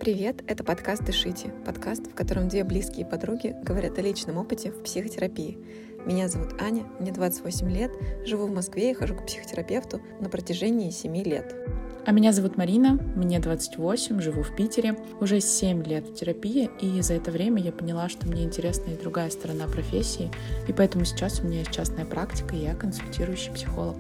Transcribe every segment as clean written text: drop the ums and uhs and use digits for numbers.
Привет, это подкаст «Дышите», подкаст, в котором две близкие подруги говорят о личном опыте в психотерапии. Меня зовут Аня, мне 28 лет, живу в Москве и хожу к психотерапевту на протяжении 7 лет. А меня зовут Марина, мне 28, живу в Питере, уже 7 лет в терапии, и за это время я поняла, что мне интересна и другая сторона профессии, и поэтому сейчас у меня есть частная практика, и я консультирующий психолог.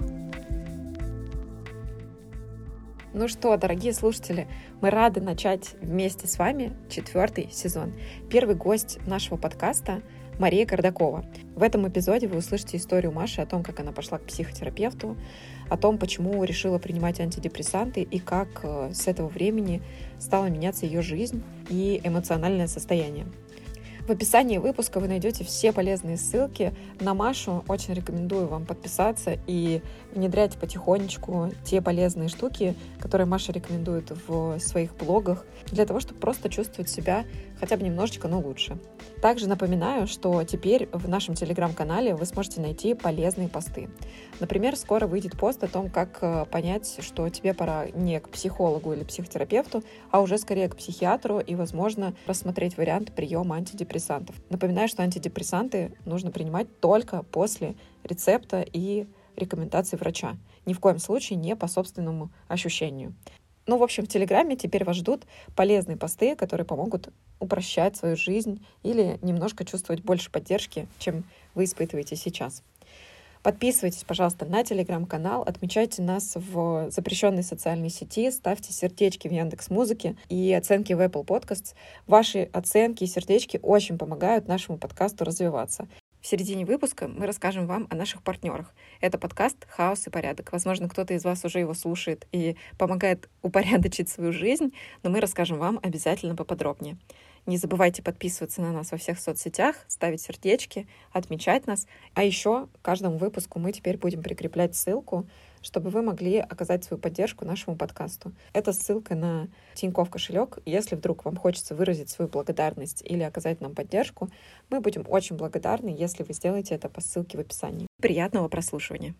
Ну что, дорогие слушатели, мы рады начать вместе с вами 4-й сезон. Первый гость нашего подкаста — Мария Кардакова. В этом эпизоде вы услышите историю Маши о том, как она пошла к психотерапевту, о том, почему решила принимать антидепрессанты и как с этого времени стала меняться ее жизнь и эмоциональное состояние. В описании выпуска вы найдете все полезные ссылки на Машу. Очень рекомендую вам подписаться и внедрять потихонечку те полезные штуки, которые Маша рекомендует в своих блогах, для того, чтобы просто чувствовать себя хотя бы немножечко, но лучше. Также напоминаю, что теперь в нашем телеграм-канале вы сможете найти полезные посты. Например, скоро выйдет пост о том, как понять, что тебе пора не к психологу или психотерапевту, а уже скорее к психиатру и, возможно, рассмотреть вариант приема антидепрессантов. Напоминаю, что антидепрессанты нужно принимать только после рецепта и рекомендаций врача. Ни в коем случае не по собственному ощущению. Ну, в общем, в Телеграме теперь вас ждут полезные посты, которые помогут упрощать свою жизнь или немножко чувствовать больше поддержки, чем вы испытываете сейчас. Подписывайтесь, пожалуйста, на Телеграм-канал, отмечайте нас в запрещенной социальной сети, ставьте сердечки в Яндекс.Музыке и оценки в Apple Podcasts. Ваши оценки и сердечки очень помогают нашему подкасту развиваться. В середине выпуска мы расскажем вам о наших партнерах. Это подкаст «Хаос и порядок». Возможно, кто-то из вас уже его слушает и помогает упорядочить свою жизнь, но мы расскажем вам обязательно поподробнее. Не забывайте подписываться на нас во всех соцсетях, ставить сердечки, отмечать нас. А еще к каждому выпуску мы теперь будем прикреплять ссылку, чтобы вы могли оказать свою поддержку нашему подкасту. Это ссылка на Тинькофф кошелек. Если вдруг вам хочется выразить свою благодарность или оказать нам поддержку, мы будем очень благодарны, если вы сделаете это по ссылке в описании. Приятного прослушивания!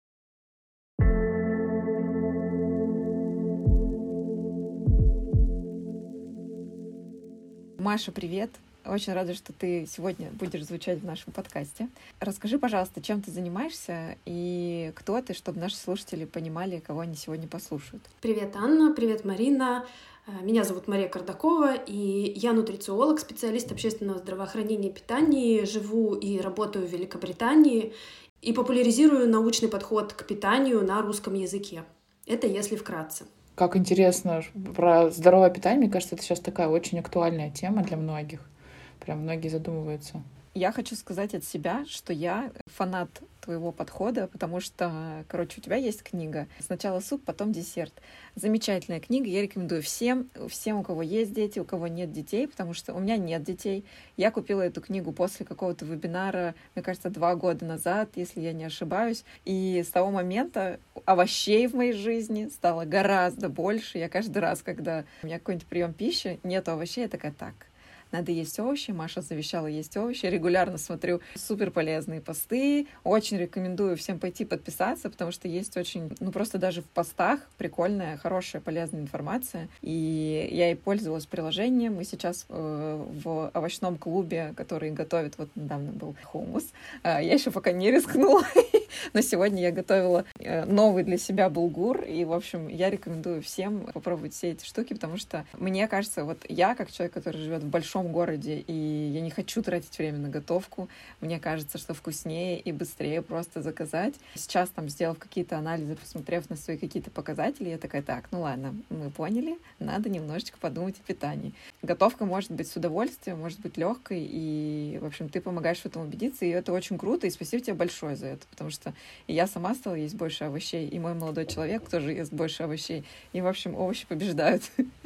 Маша, привет! Очень рада, что ты сегодня будешь звучать в нашем подкасте. Расскажи, пожалуйста, чем ты занимаешься и кто ты, чтобы наши слушатели понимали, кого они сегодня послушают. Привет, Анна, привет, Марина. Меня зовут Мария Кардакова, и я нутрициолог, специалист общественного здравоохранения и питания. Живу и работаю в Великобритании и популяризирую научный подход к питанию на русском языке. Это если вкратце. Как интересно, про здоровое питание, мне кажется, это сейчас такая очень актуальная тема для многих. Прям многие задумываются. Я хочу сказать от себя, что я фанат твоего подхода, потому что, у тебя есть книга. Сначала суп, потом десерт. Замечательная книга. Я рекомендую всем, у кого есть дети, у кого нет детей, потому что у меня нет детей. Я купила эту книгу после какого-то вебинара, мне кажется, 2 года назад, если я не ошибаюсь. И с того момента овощей в моей жизни стало гораздо больше. Я каждый раз, когда у меня какой-нибудь прием пищи, нет овощей, я такая: так, надо есть овощи. Маша завещала есть овощи. Я регулярно смотрю супер полезные посты. Очень рекомендую всем пойти подписаться, потому что есть очень, просто даже в постах прикольная, хорошая, полезная информация. И я и пользовалась приложением. И сейчас в овощном клубе, который готовит, вот недавно был хумус, я еще пока не рискнула. Но сегодня я готовила новый для себя булгур. И, в общем, я рекомендую всем попробовать все эти штуки, потому что мне кажется, вот я, как человек, который живет в большом городе, и я не хочу тратить время на готовку, мне кажется, что вкуснее и быстрее просто заказать. Сейчас, сделав какие-то анализы, посмотрев на свои какие-то показатели, я такая: так, ладно, мы поняли, надо немножечко подумать о питании. Готовка может быть с удовольствием, может быть легкой, и, в общем, ты помогаешь в этом убедиться, и это очень круто, и спасибо тебе большое за это, потому что и я сама стала есть больше овощей, и мой молодой человек тоже ест больше овощей, и, в общем, овощи побеждают.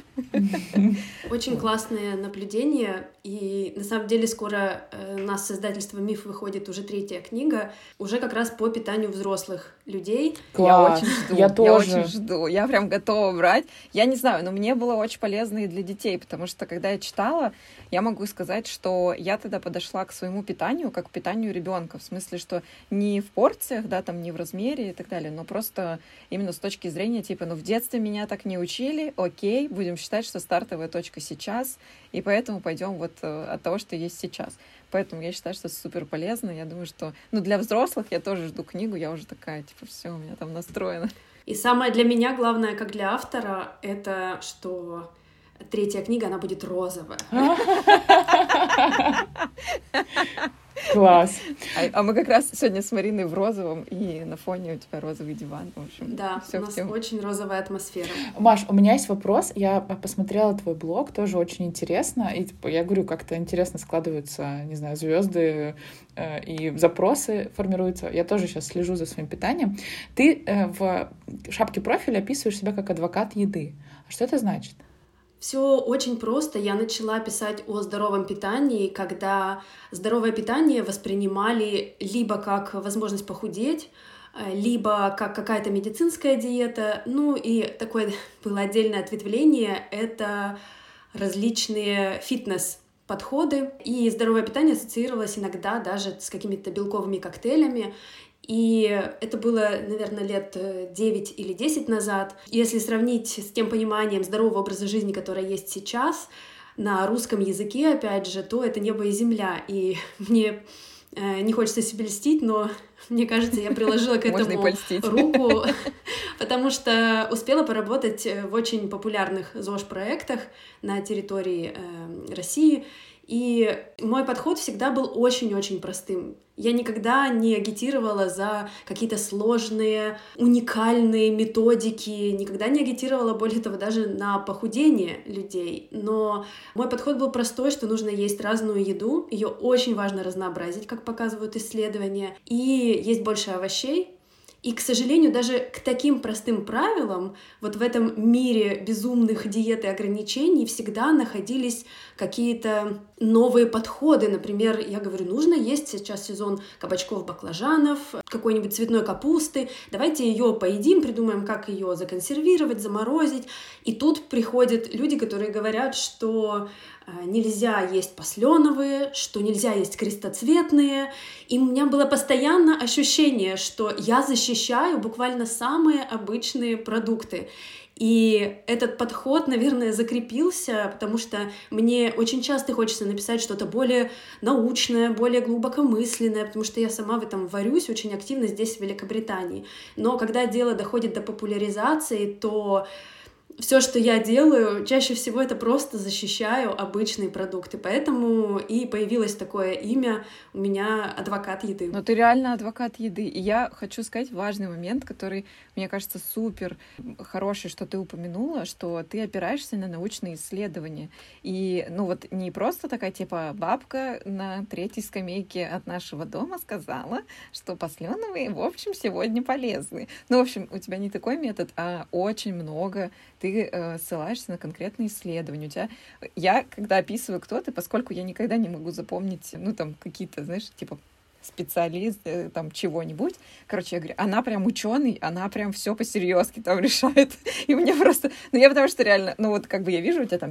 Очень классное наблюдение, и на самом деле скоро у нас с издательства «Миф» выходит уже 3-я книга, уже как раз по питанию взрослых людей. Класс. Я очень жду, я прям готова брать. Я не знаю, но мне было очень полезно и для детей, потому что когда я читала, я могу сказать, что я тогда подошла к своему питанию как к питанию ребенка, в смысле, что не в порциях, да, там, не в размере и так далее, но просто именно с точки зрения, типа, ну, в детстве меня так не учили, окей, будем считать, что стартовая точка сейчас, и поэтому пойдем вот от того, что есть сейчас. Поэтому я считаю, что это супер полезно. Я думаю, что, ну, для взрослых я тоже жду книгу, я уже такая, типа, все, у меня там настроено. И самое для меня главное, как для автора, это что 3-я книга, она будет розовая. Класс. А мы как раз сегодня с Мариной в розовом, и на фоне у тебя розовый диван. В общем, да, у нас очень розовая атмосфера. Маш, у меня есть вопрос. Я посмотрела твой блог, тоже очень интересно. И я говорю, как-то интересно складываются, не знаю, звезды и запросы формируются. Я тоже сейчас слежу за своим питанием. Ты в шапке профиля описываешь себя как адвокат еды. А что это значит? Все очень просто. Я начала писать о здоровом питании, когда здоровое питание воспринимали либо как возможность похудеть, либо как какая-то медицинская диета. Ну и такое было отдельное ответвление — это различные фитнес-подходы. И здоровое питание ассоциировалось иногда даже с какими-то белковыми коктейлями. И это было, наверное, лет 9 или 10 назад. Если сравнить с тем пониманием здорового образа жизни, которое есть сейчас, на русском языке, опять же, то это небо и земля. И мне не хочется себя льстить, но мне кажется, я приложила к этому руку, потому что успела поработать в очень популярных ЗОЖ-проектах на территории России. И мой подход всегда был очень-очень простым. Я никогда не агитировала за какие-то сложные, уникальные методики, никогда не агитировала, более того, даже на похудение людей. Но мой подход был простой, что нужно есть разную еду, ее очень важно разнообразить, как показывают исследования, и есть больше овощей. И, к сожалению, даже к таким простым правилам вот в этом мире безумных диет и ограничений всегда находились какие-то новые подходы. Например, я говорю, нужно есть сейчас сезон кабачков, баклажанов, какой-нибудь цветной капусты. Давайте ее поедим, придумаем, как ее законсервировать, заморозить. И тут приходят люди, которые говорят, что нельзя есть пасленовые, что нельзя есть крестоцветные. И у меня было постоянно ощущение, что я защищаю буквально самые обычные продукты. И этот подход, наверное, закрепился, потому что мне очень часто хочется написать что-то более научное, более глубокомысленное, потому что я сама в этом варюсь очень активно здесь, в Великобритании. Но когда дело доходит до популяризации, то все, что я делаю, чаще всего это просто защищаю обычные продукты. Поэтому и появилось такое имя у меня — адвокат еды. Но ты реально адвокат еды. И я хочу сказать важный момент, который, мне кажется, супер хороший, что ты упомянула, что ты опираешься на научные исследования. И, ну вот, не просто такая, типа, бабка на 3-й скамейке от нашего дома сказала, что пасленовые, в общем, сегодня полезны. Ну, в общем, у тебя не такой метод, а очень много. Ты ссылаешься на конкретные исследования. У тебя... Я, когда описываю, кто ты, поскольку я никогда не могу запомнить, ну, там, какие-то, знаешь, типа, специалист, там, чего-нибудь. Короче, я говорю, она прям ученый, она прям все по-серьезки там решает. И мне просто... Ну, я потому что реально... Ну, вот как бы я вижу, у тебя там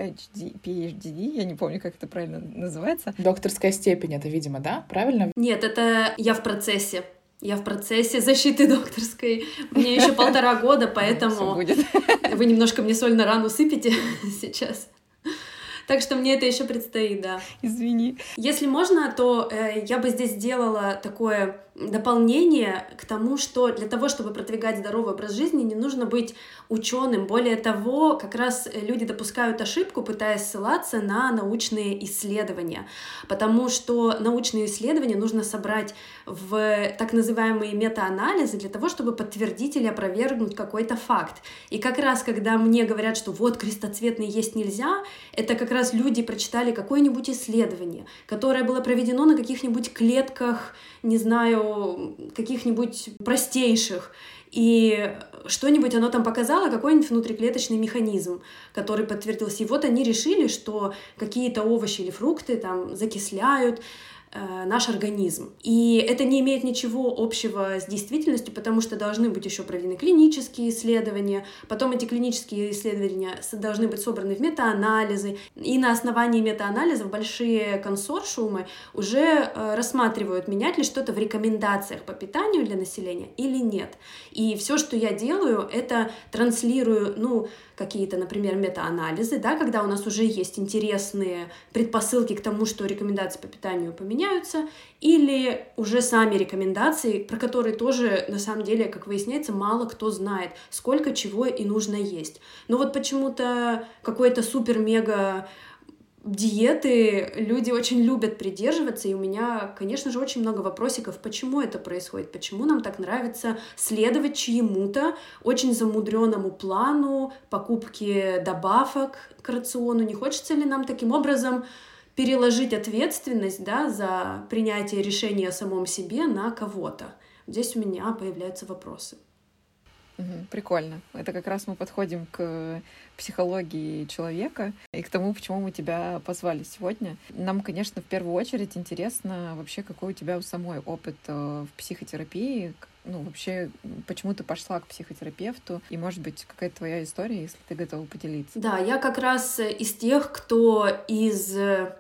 PhD, я не помню, как это правильно называется. Докторская степень это, видимо, да? Правильно? Нет, это я в процессе. Я в процессе защиты докторской. Мне еще 1,5 года, поэтому вы немножко мне соль на рану сыпете сейчас. Так что мне это еще предстоит, да. Извини. Если можно, то я бы здесь сделала такое дополнение к тому, что для того, чтобы продвигать здоровый образ жизни, не нужно быть ученым. Более того, как раз люди допускают ошибку, пытаясь ссылаться на научные исследования, потому что научные исследования нужно собрать в так называемые мета-анализы для того, чтобы подтвердить или опровергнуть какой-то факт. И как раз, когда мне говорят, что вот крестоцветные есть нельзя, это как раз люди прочитали какое-нибудь исследование, которое было проведено на каких-нибудь клетках, не знаю, каких-нибудь простейших, и что-нибудь оно там показало, какой-нибудь внутриклеточный механизм, который подтвердился. И вот они решили, что какие-то овощи или фрукты там закисляют, наш организм. И это не имеет ничего общего с действительностью, потому что должны быть еще проведены клинические исследования, потом эти клинические исследования должны быть собраны в метаанализы, и на основании метаанализов большие консорциумы уже рассматривают, менять ли что-то в рекомендациях по питанию для населения или нет. И все, что я делаю, это транслирую, какие-то, например, метаанализы, да, когда у нас уже есть интересные предпосылки к тому, что рекомендации по питанию поменяются, или уже сами рекомендации, про которые тоже, на самом деле, как выясняется, мало кто знает, сколько чего и нужно есть. Но вот почему-то какой-то супер-мега диеты люди очень любят придерживаться, и у меня, конечно же, очень много вопросиков, почему это происходит, почему нам так нравится следовать чьему-то очень замудренному плану покупки добавок к рациону. Не хочется ли нам таким образом переложить ответственность, да, за принятие решения о самом себе на кого-то? Здесь у меня появляются вопросы. Прикольно. Это как раз мы подходим к психологии человека и к тому, почему мы тебя позвали сегодня. Нам, конечно, в первую очередь интересно вообще, какой у тебя у самой опыт в психотерапии, вообще, почему ты пошла к психотерапевту, и, может быть, какая-то твоя история, если ты готова поделиться. Да, я как раз из тех, кто из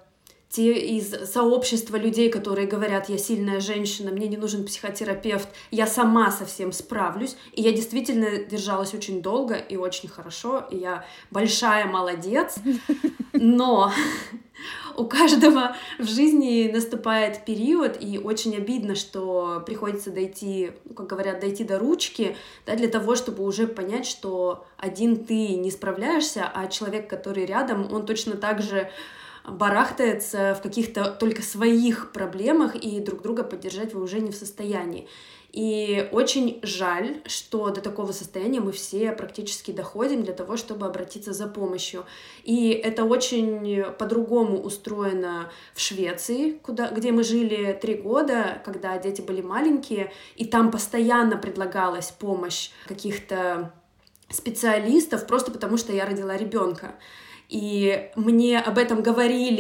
сообщества людей, которые говорят: я сильная женщина, мне не нужен психотерапевт, я сама со всем справлюсь. И я действительно держалась очень долго и очень хорошо, и я большая молодец. Но у каждого в жизни наступает период, и очень обидно, что приходится дойти, как говорят, дойти до ручки, да, для того, чтобы уже понять, что один ты не справляешься, а человек, который рядом, он точно так же барахтается в каких-то только своих проблемах, и друг друга поддержать вы уже не в состоянии. И очень жаль, что до такого состояния мы все практически доходим для того, чтобы обратиться за помощью. И это очень по-другому устроено в Швеции, где мы жили 3 года, когда дети были маленькие, и там постоянно предлагалась помощь каких-то специалистов, просто потому что я родила ребенка. И мне об этом говорили,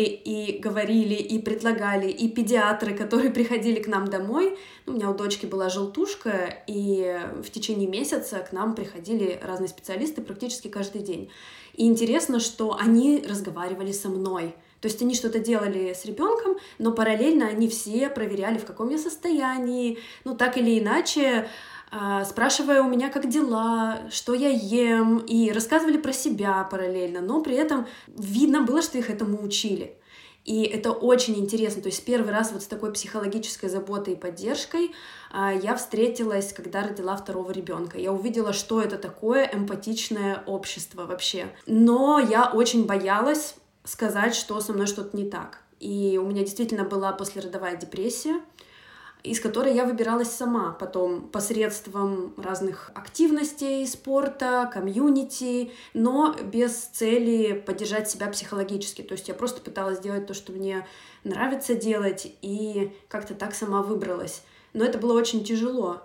и предлагали, и педиатры, которые приходили к нам домой. У меня у дочки была желтушка, и в течение месяца к нам приходили разные специалисты практически каждый день. И интересно, что они разговаривали со мной. То есть они что-то делали с ребенком, но параллельно они все проверяли, в каком я состоянии, так или иначе, спрашивая у меня, как дела, что я ем, и рассказывали про себя параллельно, но при этом видно было, что их этому учили. И это очень интересно. То есть первый раз вот с такой психологической заботой и поддержкой я встретилась, когда родила 2-го ребенка. Я увидела, что это такое эмпатичное общество вообще. Но я очень боялась сказать, что со мной что-то не так. И у меня действительно была послеродовая депрессия, из которой я выбиралась сама потом посредством разных активностей, спорта, комьюнити, но без цели поддержать себя психологически. То есть я просто пыталась делать то, что мне нравится делать, и как-то так сама выбралась. Но это было очень тяжело.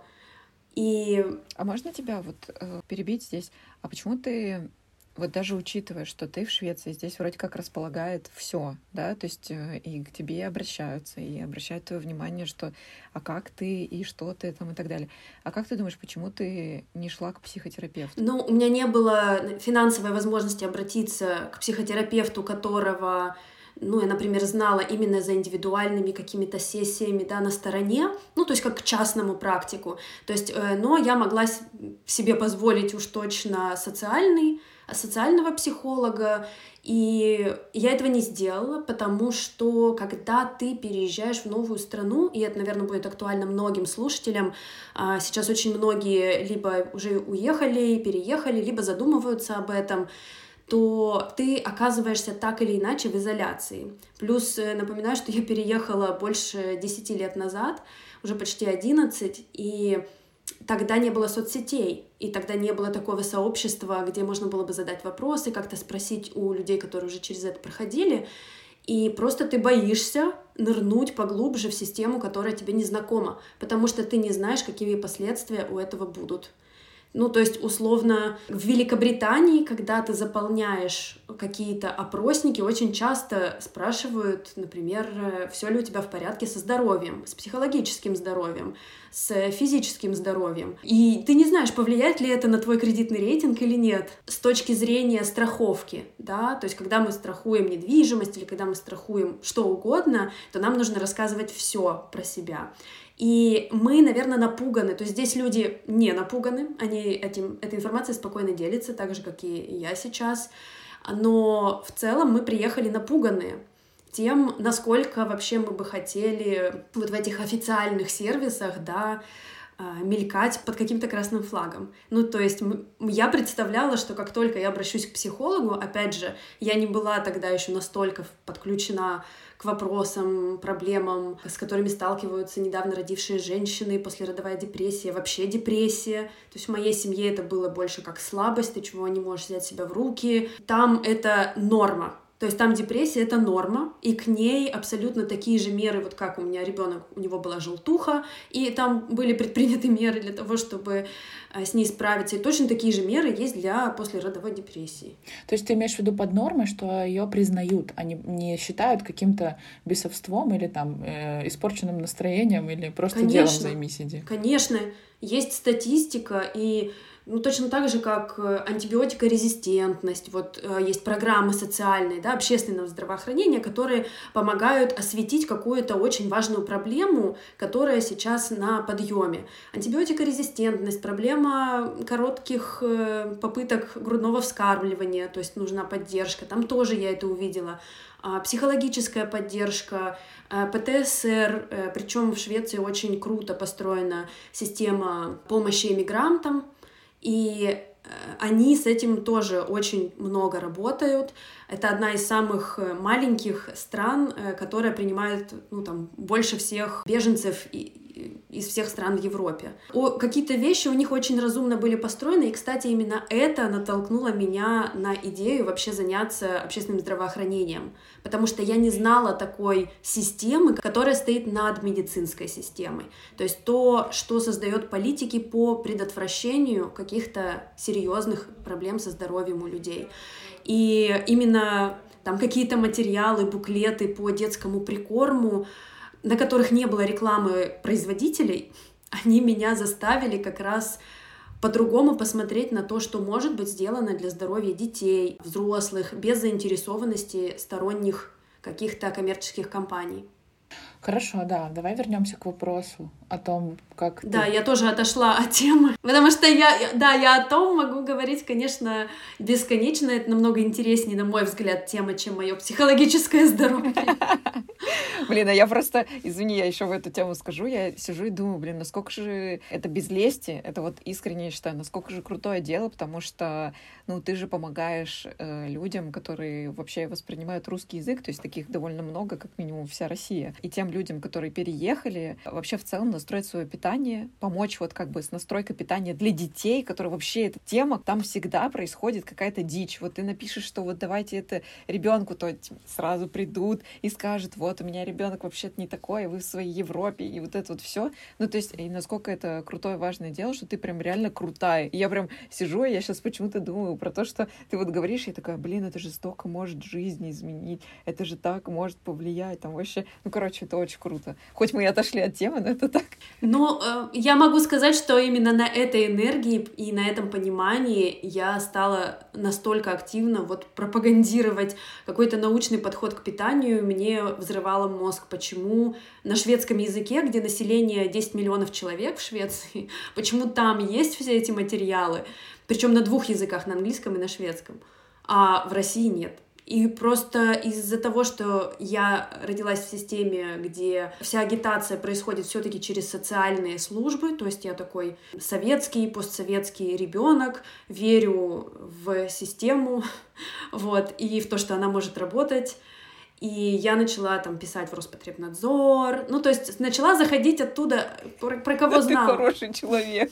А можно тебя перебить здесь? А почему ты... даже учитывая, что ты в Швеции, здесь вроде как располагает все, да, то есть и к тебе обращаются, и обращают твое внимание, что а как ты, и что ты там, и так далее. А как ты думаешь, почему ты не шла к психотерапевту? У меня не было финансовой возможности обратиться к психотерапевту, которого, я, например, знала именно за индивидуальными какими-то сессиями, да, на стороне, то есть как к частному практику. То есть, но я могла себе позволить уж точно социального психолога, и я этого не сделала, потому что когда ты переезжаешь в новую страну, и это, наверное, будет актуально многим слушателям, сейчас очень многие либо уже уехали, переехали, либо задумываются об этом, то ты оказываешься так или иначе в изоляции. Плюс напоминаю, что я переехала больше 10 лет назад, уже почти 11, и тогда не было соцсетей, и тогда не было такого сообщества, где можно было бы задать вопросы, как-то спросить у людей, которые уже через это проходили, и просто ты боишься нырнуть поглубже в систему, которая тебе не знакома, потому что ты не знаешь, какие последствия у этого будут. Ну, то есть, условно, в Великобритании, когда ты заполняешь какие-то опросники, очень часто спрашивают, например, все ли у тебя в порядке со здоровьем, с психологическим здоровьем, с физическим здоровьем. И ты не знаешь, повлияет ли это на твой кредитный рейтинг или нет. С точки зрения страховки, да, то есть, когда мы страхуем недвижимость или когда мы страхуем что угодно, то нам нужно рассказывать все про себя. И мы, наверное, напуганы. То есть здесь люди не напуганы, они этой информацией спокойно делятся, так же, как и я сейчас. Но в целом мы приехали напуганные тем, насколько вообще мы бы хотели вот в этих официальных сервисах, да, мелькать под каким-то красным флагом. Ну, то есть я представляла, что как только я обращусь к психологу, опять же, я не была тогда еще настолько подключена к вопросам, проблемам, с которыми сталкиваются недавно родившие женщины, послеродовая депрессия, вообще депрессия. То есть в моей семье это было больше как слабость, ты чего не можешь взять себя в руки. Там это норма. То есть там депрессия — это норма, и к ней абсолютно такие же меры, вот как у меня ребенок, у него была желтуха, и там были предприняты меры для того, чтобы с ней справиться, и точно такие же меры есть для послеродовой депрессии. То есть ты имеешь в виду под нормой, что ее признают, они не считают каким-то бесовством или там испорченным настроением, или просто делом займись иди? Конечно, есть статистика, и точно так же, как антибиотикорезистентность, вот есть программы социальные, да, общественного здравоохранения, которые помогают осветить какую-то очень важную проблему, которая сейчас на подъеме. Антибиотикорезистентность, проблема коротких попыток грудного вскармливания, то есть нужна поддержка, там тоже я это увидела. Психологическая поддержка, ПТСР, причем в Швеции очень круто построена система помощи иммигрантам, и они с этим тоже очень много работают. Это одна из самых маленьких стран, которая принимает больше всех беженцев из всех стран в Европе. Какие-то вещи у них очень разумно были построены, и, кстати, именно это натолкнуло меня на идею вообще заняться общественным здравоохранением, потому что я не знала такой системы, которая стоит над медицинской системой. То есть то, что создает политики по предотвращению каких-то серьезных проблем со здоровьем у людей. И именно там какие-то материалы, буклеты по детскому прикорму, на которых не было рекламы производителей, они меня заставили как раз по-другому посмотреть на то, что может быть сделано для здоровья детей, взрослых, без заинтересованности сторонних каких-то коммерческих компаний. Хорошо, да, давай вернемся к вопросу о том, как Да, я тоже отошла от темы, потому что я о том могу говорить, конечно, бесконечно. Это намного интереснее, на мой взгляд, тема, чем мое психологическое здоровье. Блин, а я просто, извини, я еще в эту тему скажу, я сижу и думаю, насколько же это без лести, это вот искренне я считаю, насколько же крутое дело, потому что, ты же помогаешь людям, которые вообще воспринимают русский язык, то есть таких довольно много, как минимум вся Россия, и тем людям, которые переехали, вообще в целом настроить свое питание, помочь вот как бы с настройкой питания для детей, которые вообще эта тема, там всегда происходит какая-то дичь. Вот ты напишешь, что вот давайте это ребенку, то сразу придут и скажут, вот у меня ребенок вообще-то не такой, вы в своей Европе, и вот это вот все. То есть, и насколько это крутое, важное дело, что ты прям реально крутая. И я прям сижу, и я сейчас почему-то думаю про то, что ты вот говоришь, и такая, это же столько может жизни изменить, это же так может повлиять, там вообще, это очень круто. Хоть мы и отошли от темы, но это так. Я могу сказать, что именно на этой энергии и на этом понимании я стала настолько активно пропагандировать какой-то научный подход к питанию. Мне взрывало мозг, почему на шведском языке, где население 10 миллионов человек в Швеции, почему там есть все эти материалы, причем на 2 языках, на английском и на шведском, а в России нет. И просто из-за того, что я родилась в системе, где вся агитация происходит все-таки через социальные службы, то есть я такой советский, постсоветский ребенок, верю в систему, и в то, что она может работать. И я начала писать в Роспотребнадзор, то есть начала заходить оттуда, про кого знала. Ты хороший человек.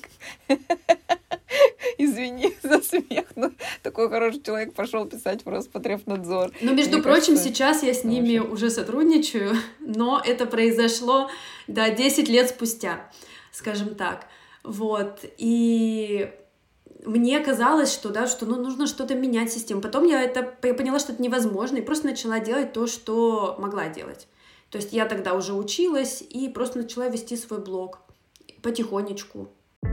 Извини за смех, но такой хороший человек пошел писать в Роспотребнадзор. Между прочим, сейчас я с ними уже сотрудничаю, но это произошло, 10 лет спустя, скажем так. И мне казалось, что, да, что нужно что-то менять в систему. Потом я поняла, что это невозможно, и просто начала делать то, что могла делать. То есть я тогда уже училась и просто начала вести свой блог потихонечку.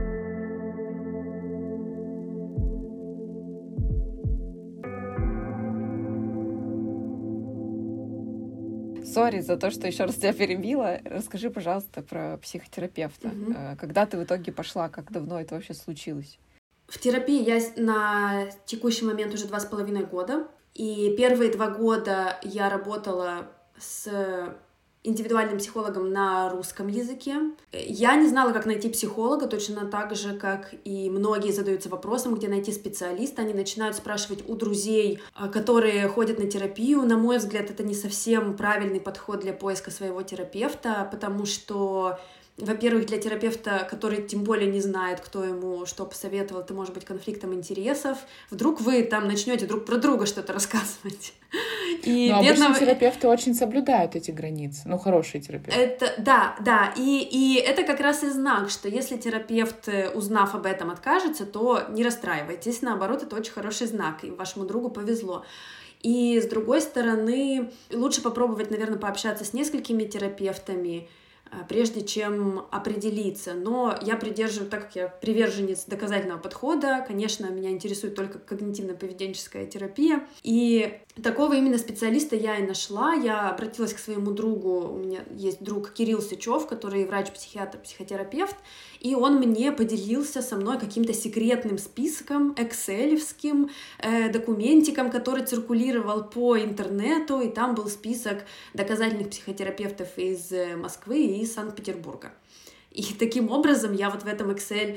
Сори за то, что еще раз тебя перебила. Расскажи, пожалуйста, про психотерапевта. Когда ты в итоге пошла, как давно это вообще случилось? В терапии я на текущий момент уже 2,5 года. И первые 2 года я работала с индивидуальным психологом на русском языке. Я не знала, как найти психолога, точно так же, как и многие задаются вопросом, где найти специалиста. Они начинают спрашивать у друзей, которые ходят на терапию. На мой взгляд, это не совсем правильный подход для поиска своего терапевта, потому что, во-первых, для терапевта, который тем более не знает, кто ему что посоветовал, это может быть конфликтом интересов. Вдруг вы там начнете друг про друга что-то рассказывать. И но обычно терапевты очень соблюдают эти границы. Хорошие терапевты. Да. И это как раз и знак, что если терапевт, узнав об этом, откажется, то не расстраивайтесь. Наоборот, это очень хороший знак, и вашему другу повезло. И с другой стороны, лучше попробовать, наверное, пообщаться с несколькими терапевтами, прежде чем определиться. Но я придерживаюсь, так как я приверженец доказательного подхода, конечно, меня интересует только когнитивно-поведенческая терапия. И такого именно специалиста я и нашла. Я обратилась к своему другу, у меня есть друг Кирилл Сычев, который врач-психиатр, психотерапевт, и он мне поделился со мной каким-то секретным списком, экселевским документиком, который циркулировал по интернету, и там был список доказательных психотерапевтов из Москвы и из Санкт-Петербурга. И таким образом я в этом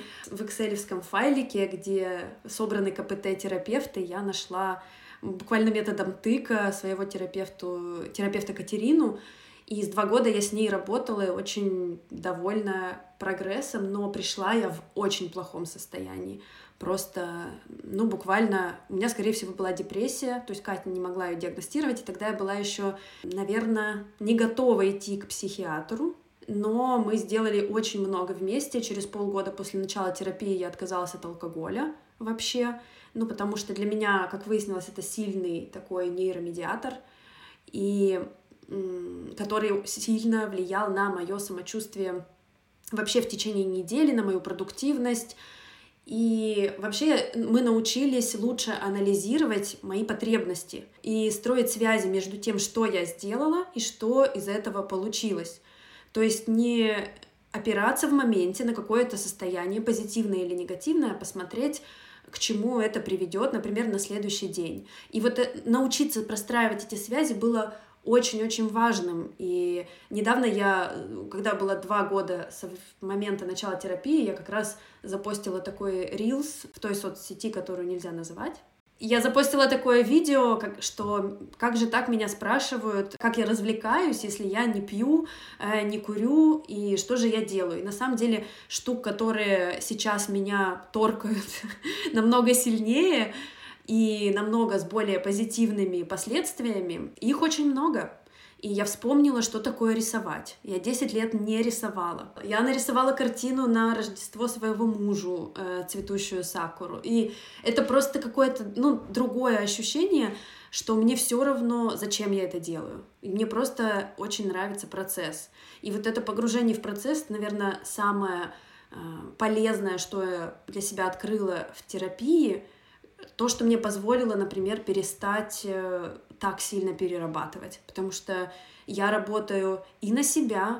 в экселевском файлике, где собраны КПТ-терапевты, я нашла буквально методом тыка своего терапевта Катерину. И 2 года я с ней работала и очень довольна прогрессом, но пришла я в очень плохом состоянии. Просто, буквально, у меня, скорее всего, была депрессия, то есть Катя не могла ее диагностировать, и тогда я была еще, наверное, не готова идти к психиатру, но мы сделали очень много вместе. Через полгода после начала терапии я отказалась от алкоголя вообще, потому что для меня, как выяснилось, это сильный такой нейромедиатор, и который сильно влиял на мое самочувствие вообще в течение недели, на мою продуктивность. И вообще мы научились лучше анализировать мои потребности и строить связи между тем, что я сделала и что из этого получилось. То есть не опираться в моменте на какое-то состояние, позитивное или негативное, а посмотреть, к чему это приведет, например, на следующий день. И научиться простраивать эти связи было очень-очень важным. И недавно когда было 2 года с момента начала терапии, я как раз запостила такой рилс в той соцсети, которую нельзя называть. Я запостила такое видео, как же так меня спрашивают, как я развлекаюсь, если я не пью, не курю, и что же я делаю. И на самом деле штук, которые сейчас меня торкают намного сильнее, и намного с более позитивными последствиями, их очень много. И я вспомнила, что такое рисовать. Я 10 лет не рисовала. Я нарисовала картину на Рождество своего мужу, цветущую сакуру. И это просто какое-то, другое ощущение, что мне все равно, зачем я это делаю. И мне просто очень нравится процесс. И это погружение в процесс, наверное, самое полезное, что я для себя открыла в терапии, то, что мне позволило, например, перестать так сильно перерабатывать, потому что я работаю и на себя,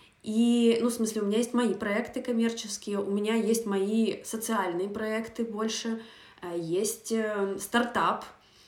и, в смысле, у меня есть мои проекты коммерческие, у меня есть мои социальные проекты больше, есть стартап,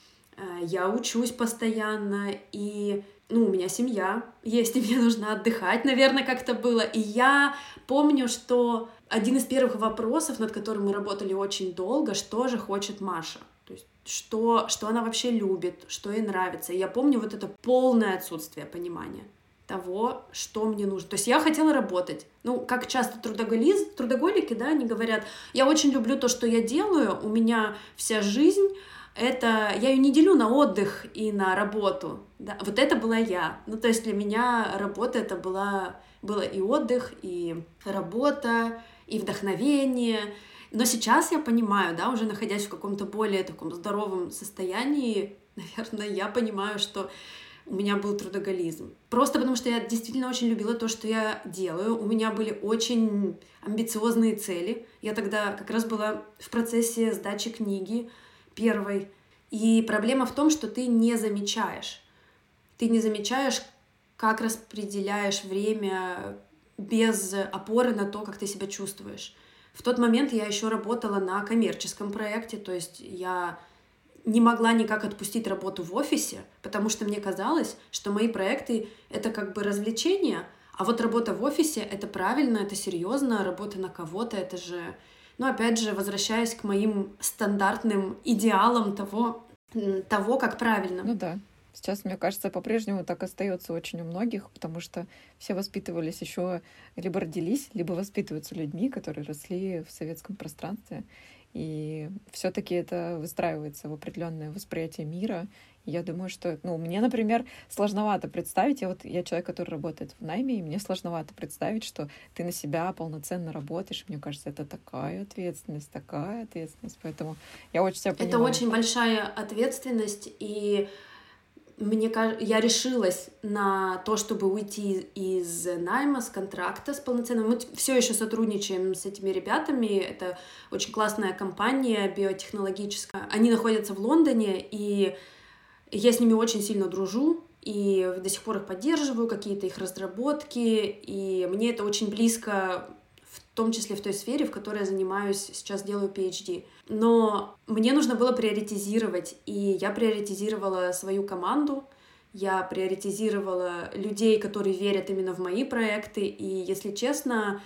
я учусь постоянно, и, у меня семья есть, и мне нужно отдыхать, наверное, как-то было, и я помню, что один из первых вопросов, над которым мы работали очень долго, что же хочет Маша, то есть что она вообще любит, что ей нравится. И я помню это полное отсутствие понимания того, что мне нужно. То есть я хотела работать. Как часто трудоголики, да, они говорят, я очень люблю то, что я делаю, у меня вся жизнь, я ее не делю на отдых и на работу. Да? Это была я. То есть для меня работа это было и отдых, и работа, и вдохновение, Но сейчас я понимаю, да, уже находясь в каком-то более таком здоровом состоянии, наверное, я понимаю, что у меня был трудоголизм. Просто потому что я действительно очень любила то, что я делаю. У меня были очень амбициозные цели. Я тогда как раз была в процессе сдачи книги первой. И проблема в том, что ты не замечаешь. Ты не замечаешь, как распределяешь время без опоры на то, как ты себя чувствуешь. В тот момент я еще работала на коммерческом проекте, то есть я не могла никак отпустить работу в офисе, потому что мне казалось, что мои проекты — это как бы развлечение, а вот работа в офисе — это правильно, это серьезно, работа на кого-то — это же... Ну, опять же, возвращаясь к моим стандартным идеалам того, как правильно. Ну да. Сейчас, мне кажется, по-прежнему так остается очень у многих, потому что все воспитывались еще, либо родились, либо воспитываются людьми, которые росли в советском пространстве. И все-таки это выстраивается в определенное восприятие мира. И я думаю, что, мне, например, сложновато представить, я человек, который работает в найме, и мне сложновато представить, что ты на себя полноценно работаешь. Мне кажется, это такая ответственность. Поэтому я очень себя понимаю. Это очень большая ответственность, и мне кажется, я решилась на то, чтобы уйти из найма, с контракта, с полноценным. Мы все еще сотрудничаем с этими ребятами. Это очень классная компания биотехнологическая. Они находятся в Лондоне, и я с ними очень сильно дружу. И до сих пор их поддерживаю, какие-то их разработки. И мне это очень близко, в том числе в той сфере, в которой я занимаюсь, сейчас делаю PhD. Но мне нужно было приоритизировать, и я приоритизировала свою команду, я приоритизировала людей, которые верят именно в мои проекты, и, если честно,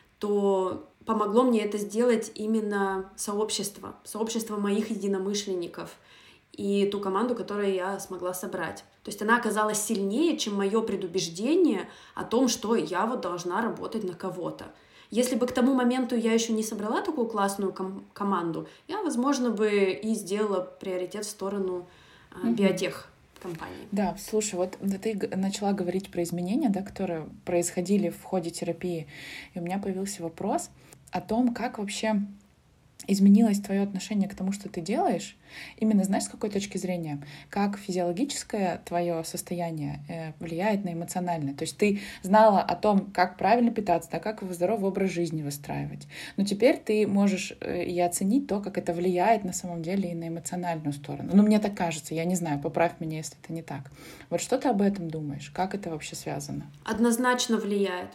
то помогло мне это сделать именно сообщество моих единомышленников и ту команду, которую я смогла собрать. То есть она оказалась сильнее, чем мое предубеждение о том, что я вот должна работать на кого-то. Если бы к тому моменту я еще не собрала такую классную команду, я, возможно, бы и сделала приоритет в сторону биотех компании. Да, слушай, вот ты начала говорить про изменения, да, которые происходили в ходе терапии, и у меня появился вопрос о том, как вообще изменилось твое отношение к тому, что ты делаешь, именно, знаешь, с какой точки зрения, как физиологическое твое состояние влияет на эмоциональное. То есть ты знала о том, как правильно питаться, да, как здоровый образ жизни выстраивать. Но теперь ты можешь и оценить то, как это влияет на самом деле и на эмоциональную сторону. Ну, мне так кажется, я не знаю, поправь меня, если это не так. Вот что ты об этом думаешь? Как это вообще связано? Однозначно влияет.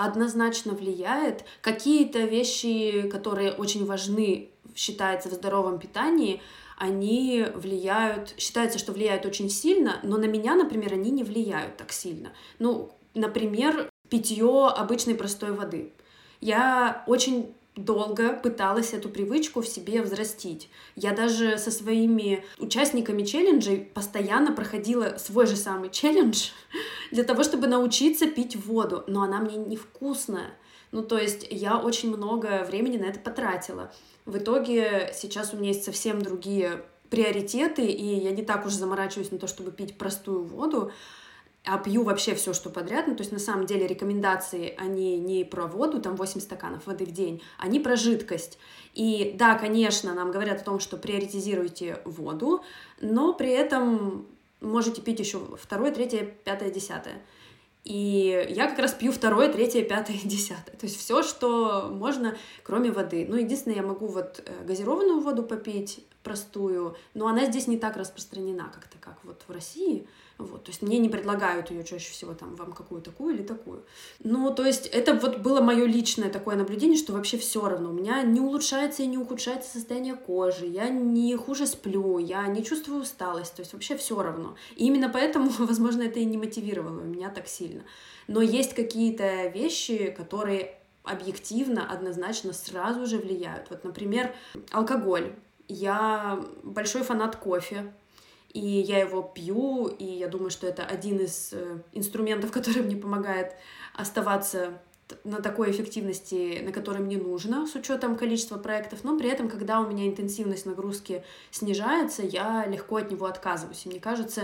Какие-то вещи, которые очень важны, считается, в здоровом питании, они считается, что влияют очень сильно, но на меня, например, они не влияют так сильно. Ну, например, питье обычной простой воды. Я очень долго пыталась эту привычку в себе взрастить. Я даже со своими участниками челленджей постоянно проходила свой же самый челлендж для того, чтобы научиться пить воду, но она мне невкусная. Ну, то есть я очень много времени на это потратила. В итоге сейчас у меня есть совсем другие приоритеты, и я не так уж заморачиваюсь на то, чтобы пить простую воду, а пью вообще все, что подряд. Ну, то есть, на самом деле, рекомендации, они не про воду, там 8 стаканов воды в день, они про жидкость. И да, конечно, нам говорят о том, что приоритизируйте воду, но при этом можете пить еще 2, 3, 5, 10. И я как раз пью 2, 3, 5, 10. То есть все, что можно, кроме воды. Ну, единственное, я могу вот газированную воду попить, простую, но она здесь не так распространена как-то, как вот в России. Вот, то есть мне не предлагают ее чаще всего там вам какую такую или такую. Ну, то есть это вот было мое личное такое наблюдение, что вообще все равно. У меня не улучшается и не ухудшается состояние кожи, я не хуже сплю, я не чувствую усталость, то есть вообще все равно. И именно поэтому, возможно, это и не мотивировало меня так сильно. Но есть какие-то вещи, которые объективно, однозначно сразу же влияют. Вот, например, алкоголь. Я большой фанат кофе. И я его пью, и я думаю, что это один из инструментов, который мне помогает оставаться на такой эффективности, на которой мне нужно, с учетом количества проектов, но при этом, когда у меня интенсивность нагрузки снижается, я легко от него отказываюсь. И мне кажется,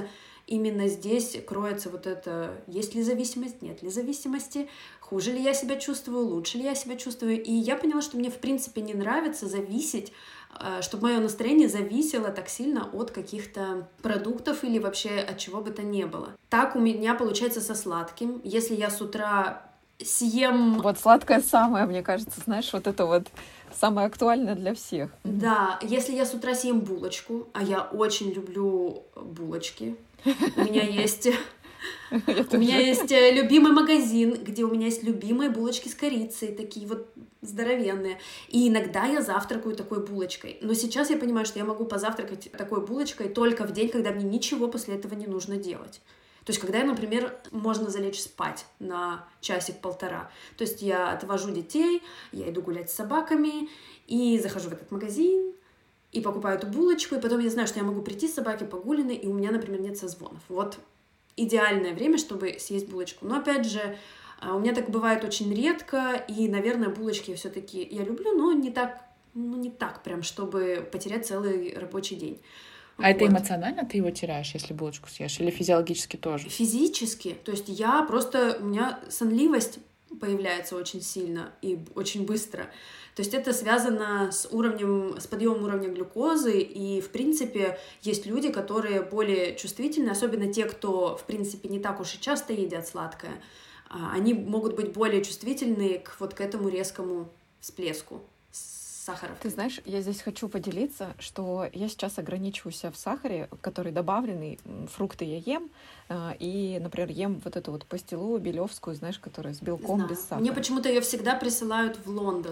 именно здесь кроется вот это, есть ли зависимость, нет ли зависимости, хуже ли я себя чувствую, лучше ли я себя чувствую. И я поняла, что мне в принципе не нравится зависеть, чтобы мое настроение зависело так сильно от каких-то продуктов или вообще от чего бы то ни было. Так у меня получается со сладким. Если я с утра съем... Вот сладкое самое, мне кажется, знаешь, вот это вот самое актуальное для всех. Да, если я с утра съем булочку, а я очень люблю булочки, у меня есть... У меня есть любимый магазин, где у меня есть любимые булочки с корицей, такие вот здоровенные. И иногда я завтракаю такой булочкой. Но сейчас я понимаю, что я могу позавтракать такой булочкой только в день, когда мне ничего после этого не нужно делать. То есть, когда, например, можно залечь спать на часик-полтора. То есть, я отвожу детей, я иду гулять с собаками, и захожу в этот магазин, и покупаю эту булочку, и потом я знаю, что я могу прийти с собаки погуленной, и у меня, например, нет созвонов. Вот идеальное время, чтобы съесть булочку. Но, опять же, у меня так бывает очень редко, и, наверное, булочки все-таки я люблю, но не так прям, чтобы потерять целый рабочий день. А вот. Это эмоционально ты его теряешь, если булочку съешь, или физиологически тоже? Физически. То есть у меня сонливость появляется очень сильно и очень быстро. То есть это связано с подъемом уровня глюкозы, и, в принципе, есть люди, которые более чувствительны, особенно те, кто, в принципе, не так уж и часто едят сладкое, они могут быть более чувствительны к этому резкому всплеску сахара. Ты знаешь, я здесь хочу поделиться, что я сейчас ограничиваю себя в сахаре, который добавленный, фрукты я ем, и, например, ем вот эту вот пастилу белевскую, знаешь, которая с белком, без сахара. Мне почему-то ее всегда присылают в Лондон.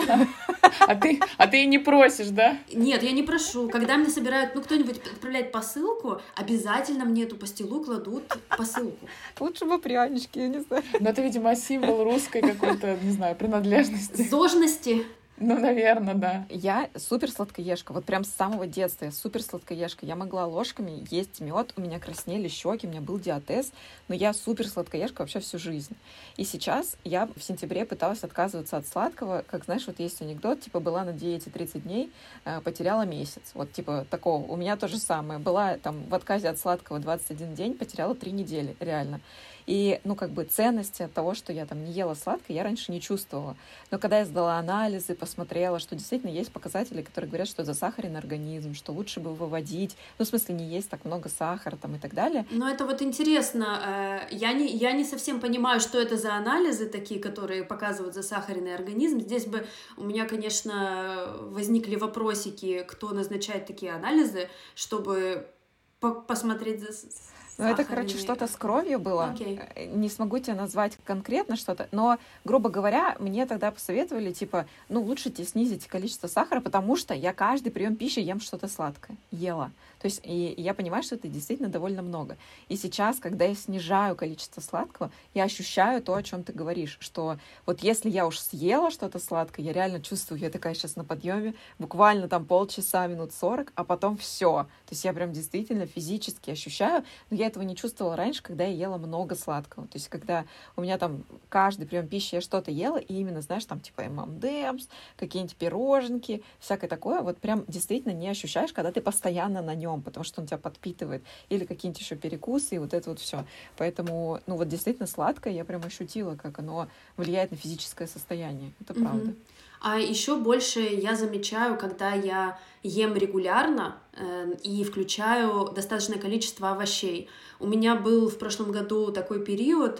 А ты и не просишь, да? Нет, я не прошу. Когда мне собирают, кто-нибудь отправляет посылку, обязательно мне эту пастилу кладут в посылку. Лучше бы прянички, я не знаю. Но это, видимо, символ русской какой-то, не знаю, принадлежности. Зожности. Ну, наверное, да. Я супер сладкоежка, вот прям с самого детства я супер сладкоежка. Я могла ложками есть мед, у меня краснели щеки, у меня был диатез, но я супер сладкоежка вообще всю жизнь. И сейчас я в сентябре пыталась отказываться от сладкого, как, знаешь, вот есть анекдот, типа была на диете 30 дней, потеряла месяц. Вот типа такого. У меня то же самое. Была там в отказе от сладкого 21 день, потеряла 3 недели, реально. И, ценности от того, что я там не ела сладкое, я раньше не чувствовала. Но когда я сдала анализы, посмотрела, что действительно есть показатели, которые говорят, что засахарен организм, что лучше бы выводить, в смысле не есть так много сахара там и так далее. Но это вот интересно, я не совсем понимаю, что это за анализы такие, которые показывают засахаренный организм. Здесь бы у меня, конечно, возникли вопросики, кто назначает такие анализы, чтобы посмотреть за... Ну, это, что-то с кровью было. Okay. Не смогу тебе назвать конкретно что-то, но, грубо говоря, мне тогда посоветовали, лучше тебе снизить количество сахара, потому что я каждый прием пищи ем что-то сладкое. Ела. То есть, и я понимаю, что это действительно довольно много. И сейчас, когда я снижаю количество сладкого, я ощущаю то, о чем ты говоришь, что вот если я уж съела что-то сладкое, я реально чувствую, я такая сейчас на подъеме, буквально там полчаса, минут 40, а потом все. То есть я прям действительно физически ощущаю, но я этого не чувствовала раньше, когда я ела много сладкого. То есть когда у меня там каждый прием пищи я что-то ела, и именно, знаешь, там типа M&M's, какие-нибудь пироженки, всякое такое, вот прям действительно не ощущаешь, когда ты постоянно на нем, потому что он тебя подпитывает, или какие-нибудь еще перекусы, и вот это вот все. Поэтому, действительно сладкое я прям ощутила, как оно влияет на физическое состояние. Это правда. А еще больше я замечаю, когда я ем регулярно и включаю достаточное количество овощей. У меня был в прошлом году такой период,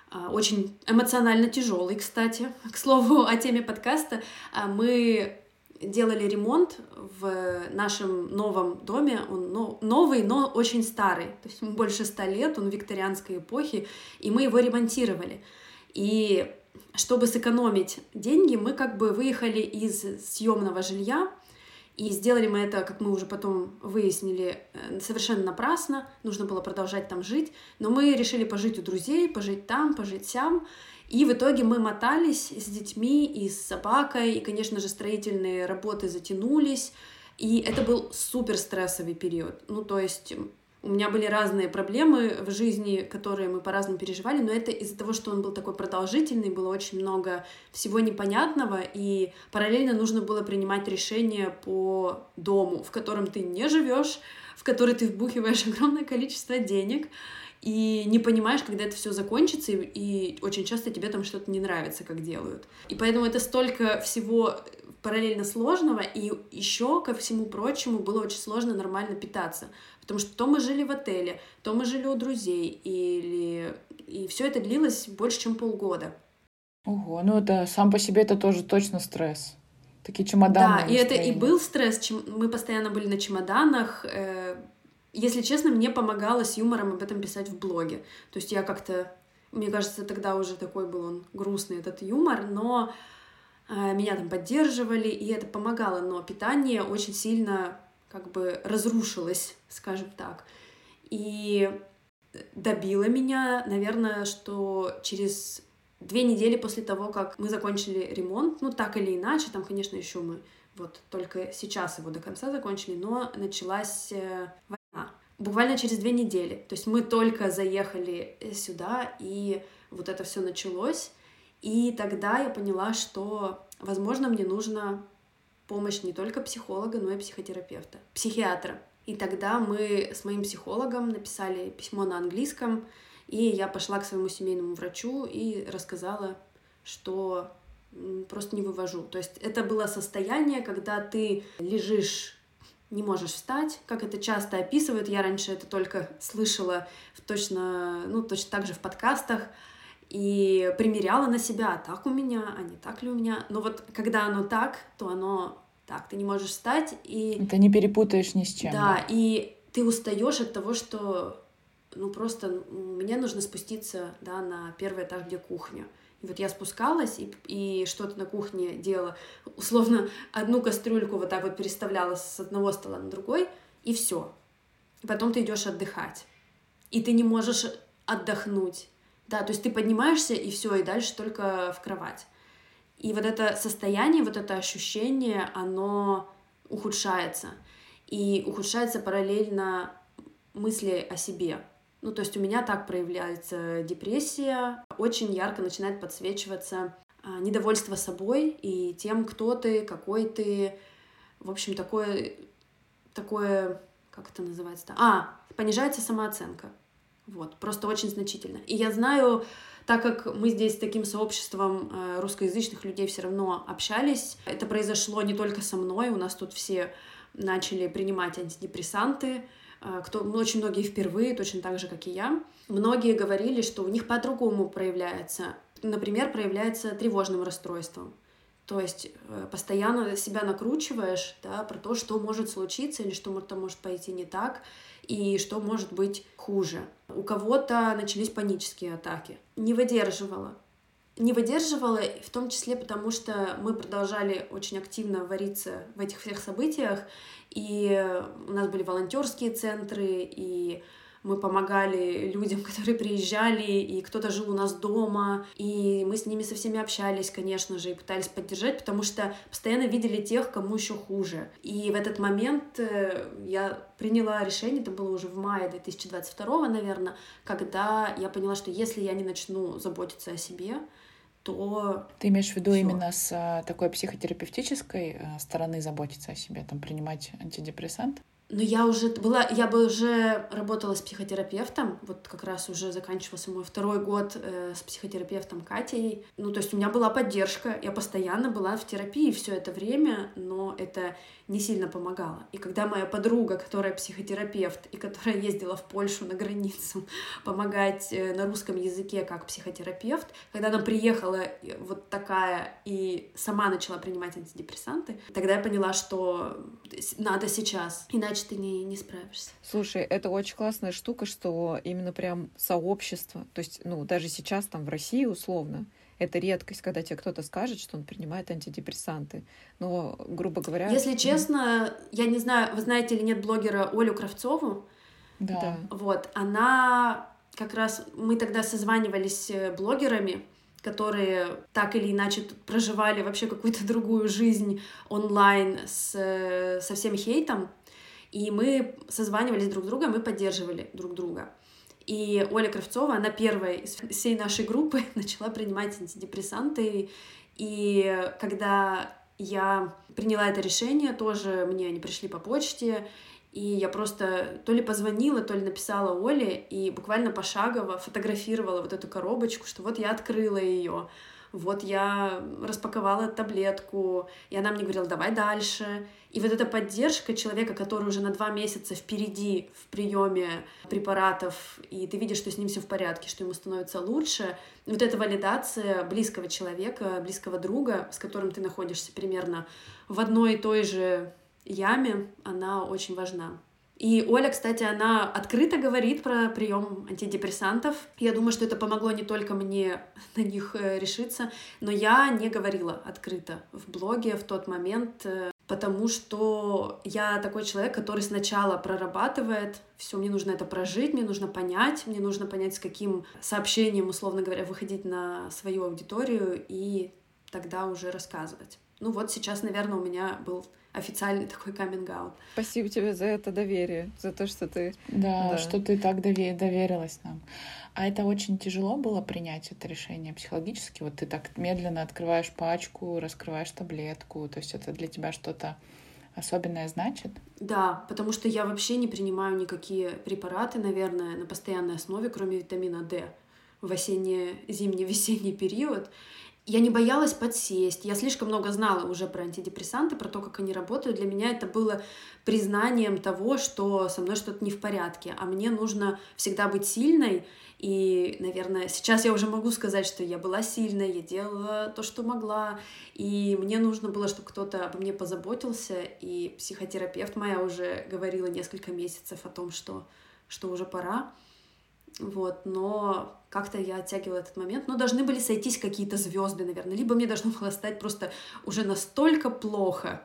очень эмоционально тяжелый, кстати. К слову, о теме подкаста. Мы делали ремонт в нашем новом доме. Он новый, но очень старый. То есть ему больше 100 лет, он викторианской эпохи, и мы его ремонтировали. И чтобы сэкономить деньги, мы выехали из съемного жилья, и сделали мы это, как мы уже потом выяснили, совершенно напрасно. Нужно было продолжать там жить, но мы решили пожить у друзей, пожить там, пожить сям. И в итоге мы мотались с детьми и с собакой, и, конечно же, строительные работы затянулись, и это был супер стрессовый период. То есть У меня были разные проблемы в жизни, которые мы по-разному переживали, но это из-за того, что он был такой продолжительный, было очень много всего непонятного, и параллельно нужно было принимать решения по дому, в котором ты не живешь, в который ты вбухиваешь огромное количество денег, и не понимаешь, когда это все закончится, и очень часто тебе там что-то не нравится, как делают. И поэтому это столько всего параллельно сложного, и еще ко всему прочему было очень сложно нормально питаться, потому что то мы жили в отеле, то мы жили у друзей, и все это длилось больше, чем полгода. Ого, ну это сам по себе это тоже точно стресс. Такие чемоданные Да, и это и настроения. был стресс, мы постоянно были на чемоданах. Если честно, мне помогало с юмором об этом писать в блоге. То есть я как-то, мне кажется, тогда уже такой был он грустный, этот юмор, но меня там поддерживали, и это помогало, но питание очень сильно как бы разрушилось, скажем так. И добило меня, наверное, что через 2 недели после того, как мы закончили ремонт, ну так или иначе, там, конечно, еще мы вот только сейчас его до конца закончили, но началась война. Буквально через 2 недели. То есть мы только заехали сюда, и вот это все началось. И тогда я поняла, что, возможно, мне нужна помощь не только психолога, но и психотерапевта, психиатра. И тогда мы с моим психологом написали письмо на английском, и я пошла к своему семейному врачу и рассказала, что просто не вывожу. То есть это было состояние, когда ты лежишь, не можешь встать, как это часто описывают. Я раньше это только слышала точно так же в подкастах, и примеряла на себя, так у меня, а не так ли у меня. Но вот когда оно так, то оно так, ты не можешь встать, и... Ты не перепутаешь ни с чем. Да, и ты устаешь от того, что, просто мне нужно спуститься, да, на первый этаж, где кухня. И вот я спускалась и что-то на кухне делала, условно, одну кастрюльку вот так вот переставляла с одного стола на другой, и все. И потом ты идешь отдыхать. И ты не можешь отдохнуть. Да, то есть ты поднимаешься, и все, и дальше только в кровать. И вот это состояние, вот это ощущение, оно ухудшается. И ухудшается параллельно мысли о себе. То есть у меня так проявляется депрессия. Очень ярко начинает подсвечиваться недовольство собой и тем, кто ты, какой ты. В общем, такое, как это называется-то? Понижается самооценка. Вот, просто очень значительно. И я знаю, так как мы здесь с таким сообществом русскоязычных людей все равно общались, это произошло не только со мной, у нас тут все начали принимать антидепрессанты, очень многие впервые, точно так же, как и я. Многие говорили, что у них по-другому проявляется. Например, проявляется тревожным расстройством. То есть постоянно себя накручиваешь, да, про то, что может случиться или что-то может пойти не так, и что может быть хуже. У кого-то начались панические атаки. Не выдерживала, в том числе потому, что мы продолжали очень активно вариться в этих всех событиях, и у нас были волонтерские центры, и мы помогали людям, которые приезжали, и кто-то жил у нас дома, и мы с ними со всеми общались, конечно же, и пытались поддержать, потому что постоянно видели тех, кому еще хуже. И в этот момент я приняла решение, это было уже в мае 2022, наверное, когда я поняла, что если я не начну заботиться о себе, то... Ты имеешь в виду всё. именно с такой психотерапевтической стороны заботиться о себе, там принимать антидепрессант? Но я бы уже работала с психотерапевтом, вот как раз уже заканчивался мой 2-й год с психотерапевтом Катей. То есть у меня была поддержка, я постоянно была в терапии все это время, но это не сильно помогало. И когда моя подруга, которая психотерапевт и которая ездила в Польшу на границу помогать на русском языке как психотерапевт, когда она приехала вот такая и сама начала принимать антидепрессанты, тогда я поняла, что надо сейчас, иначе ты не справишься. Слушай, это очень классная штука, что именно прям сообщество, то есть, даже сейчас там в России условно, это редкость, когда тебе кто-то скажет, что он принимает антидепрессанты. Но, грубо говоря... Если честно, я не знаю, вы знаете или нет блогера Олю Кравцову? Да. Вот, она как раз... Мы тогда созванивались с блогерами, которые так или иначе проживали вообще какую-то другую жизнь онлайн со всем хейтом. И мы созванивались друг с другом и поддерживали друг друга. И Оля Кравцова, она первая из всей нашей группы начала принимать антидепрессанты. И когда я приняла это решение, тоже мне они пришли по почте, и я просто то ли позвонила, то ли написала Оле, и буквально пошагово фотографировала вот эту коробочку, что вот я открыла ее, вот я распаковала таблетку, и она мне говорила, давай дальше. И вот эта поддержка человека, который уже на 2 месяца впереди в приеме препаратов, и ты видишь, что с ним все в порядке, что ему становится лучше, вот эта валидация близкого человека, близкого друга, с которым ты находишься примерно в одной и той же яме, она очень важна. И Оля, кстати, она открыто говорит про прием антидепрессантов. Я думаю, что это помогло не только мне на них решиться, но я не говорила открыто в блоге в тот момент, потому что я такой человек, который сначала прорабатывает все, мне нужно это прожить, мне нужно понять, с каким сообщением, условно говоря, выходить на свою аудиторию и тогда уже рассказывать. Ну вот сейчас, наверное, у меня был официальный такой каминг-аут. Спасибо тебе за это доверие, за то, что ты... Да, что ты так доверилась нам. А это очень тяжело было принять это решение психологически? Вот ты так медленно открываешь пачку, раскрываешь таблетку, то есть это для тебя что-то особенное значит? Да, потому что я вообще не принимаю никакие препараты, наверное, на постоянной основе, кроме витамина D в осенне-зимний, весенний период. Я не боялась подсесть, я слишком много знала уже про антидепрессанты, про то, как они работают. Для меня это было признанием того, что со мной что-то не в порядке, а мне нужно всегда быть сильной. И, наверное, сейчас я уже могу сказать, что я была сильной, я делала то, что могла, и мне нужно было, чтобы кто-то обо мне позаботился, и психотерапевт моя уже говорила несколько месяцев о том, что уже пора. Вот, но как-то я оттягивала этот момент. Но должны были сойтись какие-то звезды, наверное. Либо мне должно было стать просто уже настолько плохо,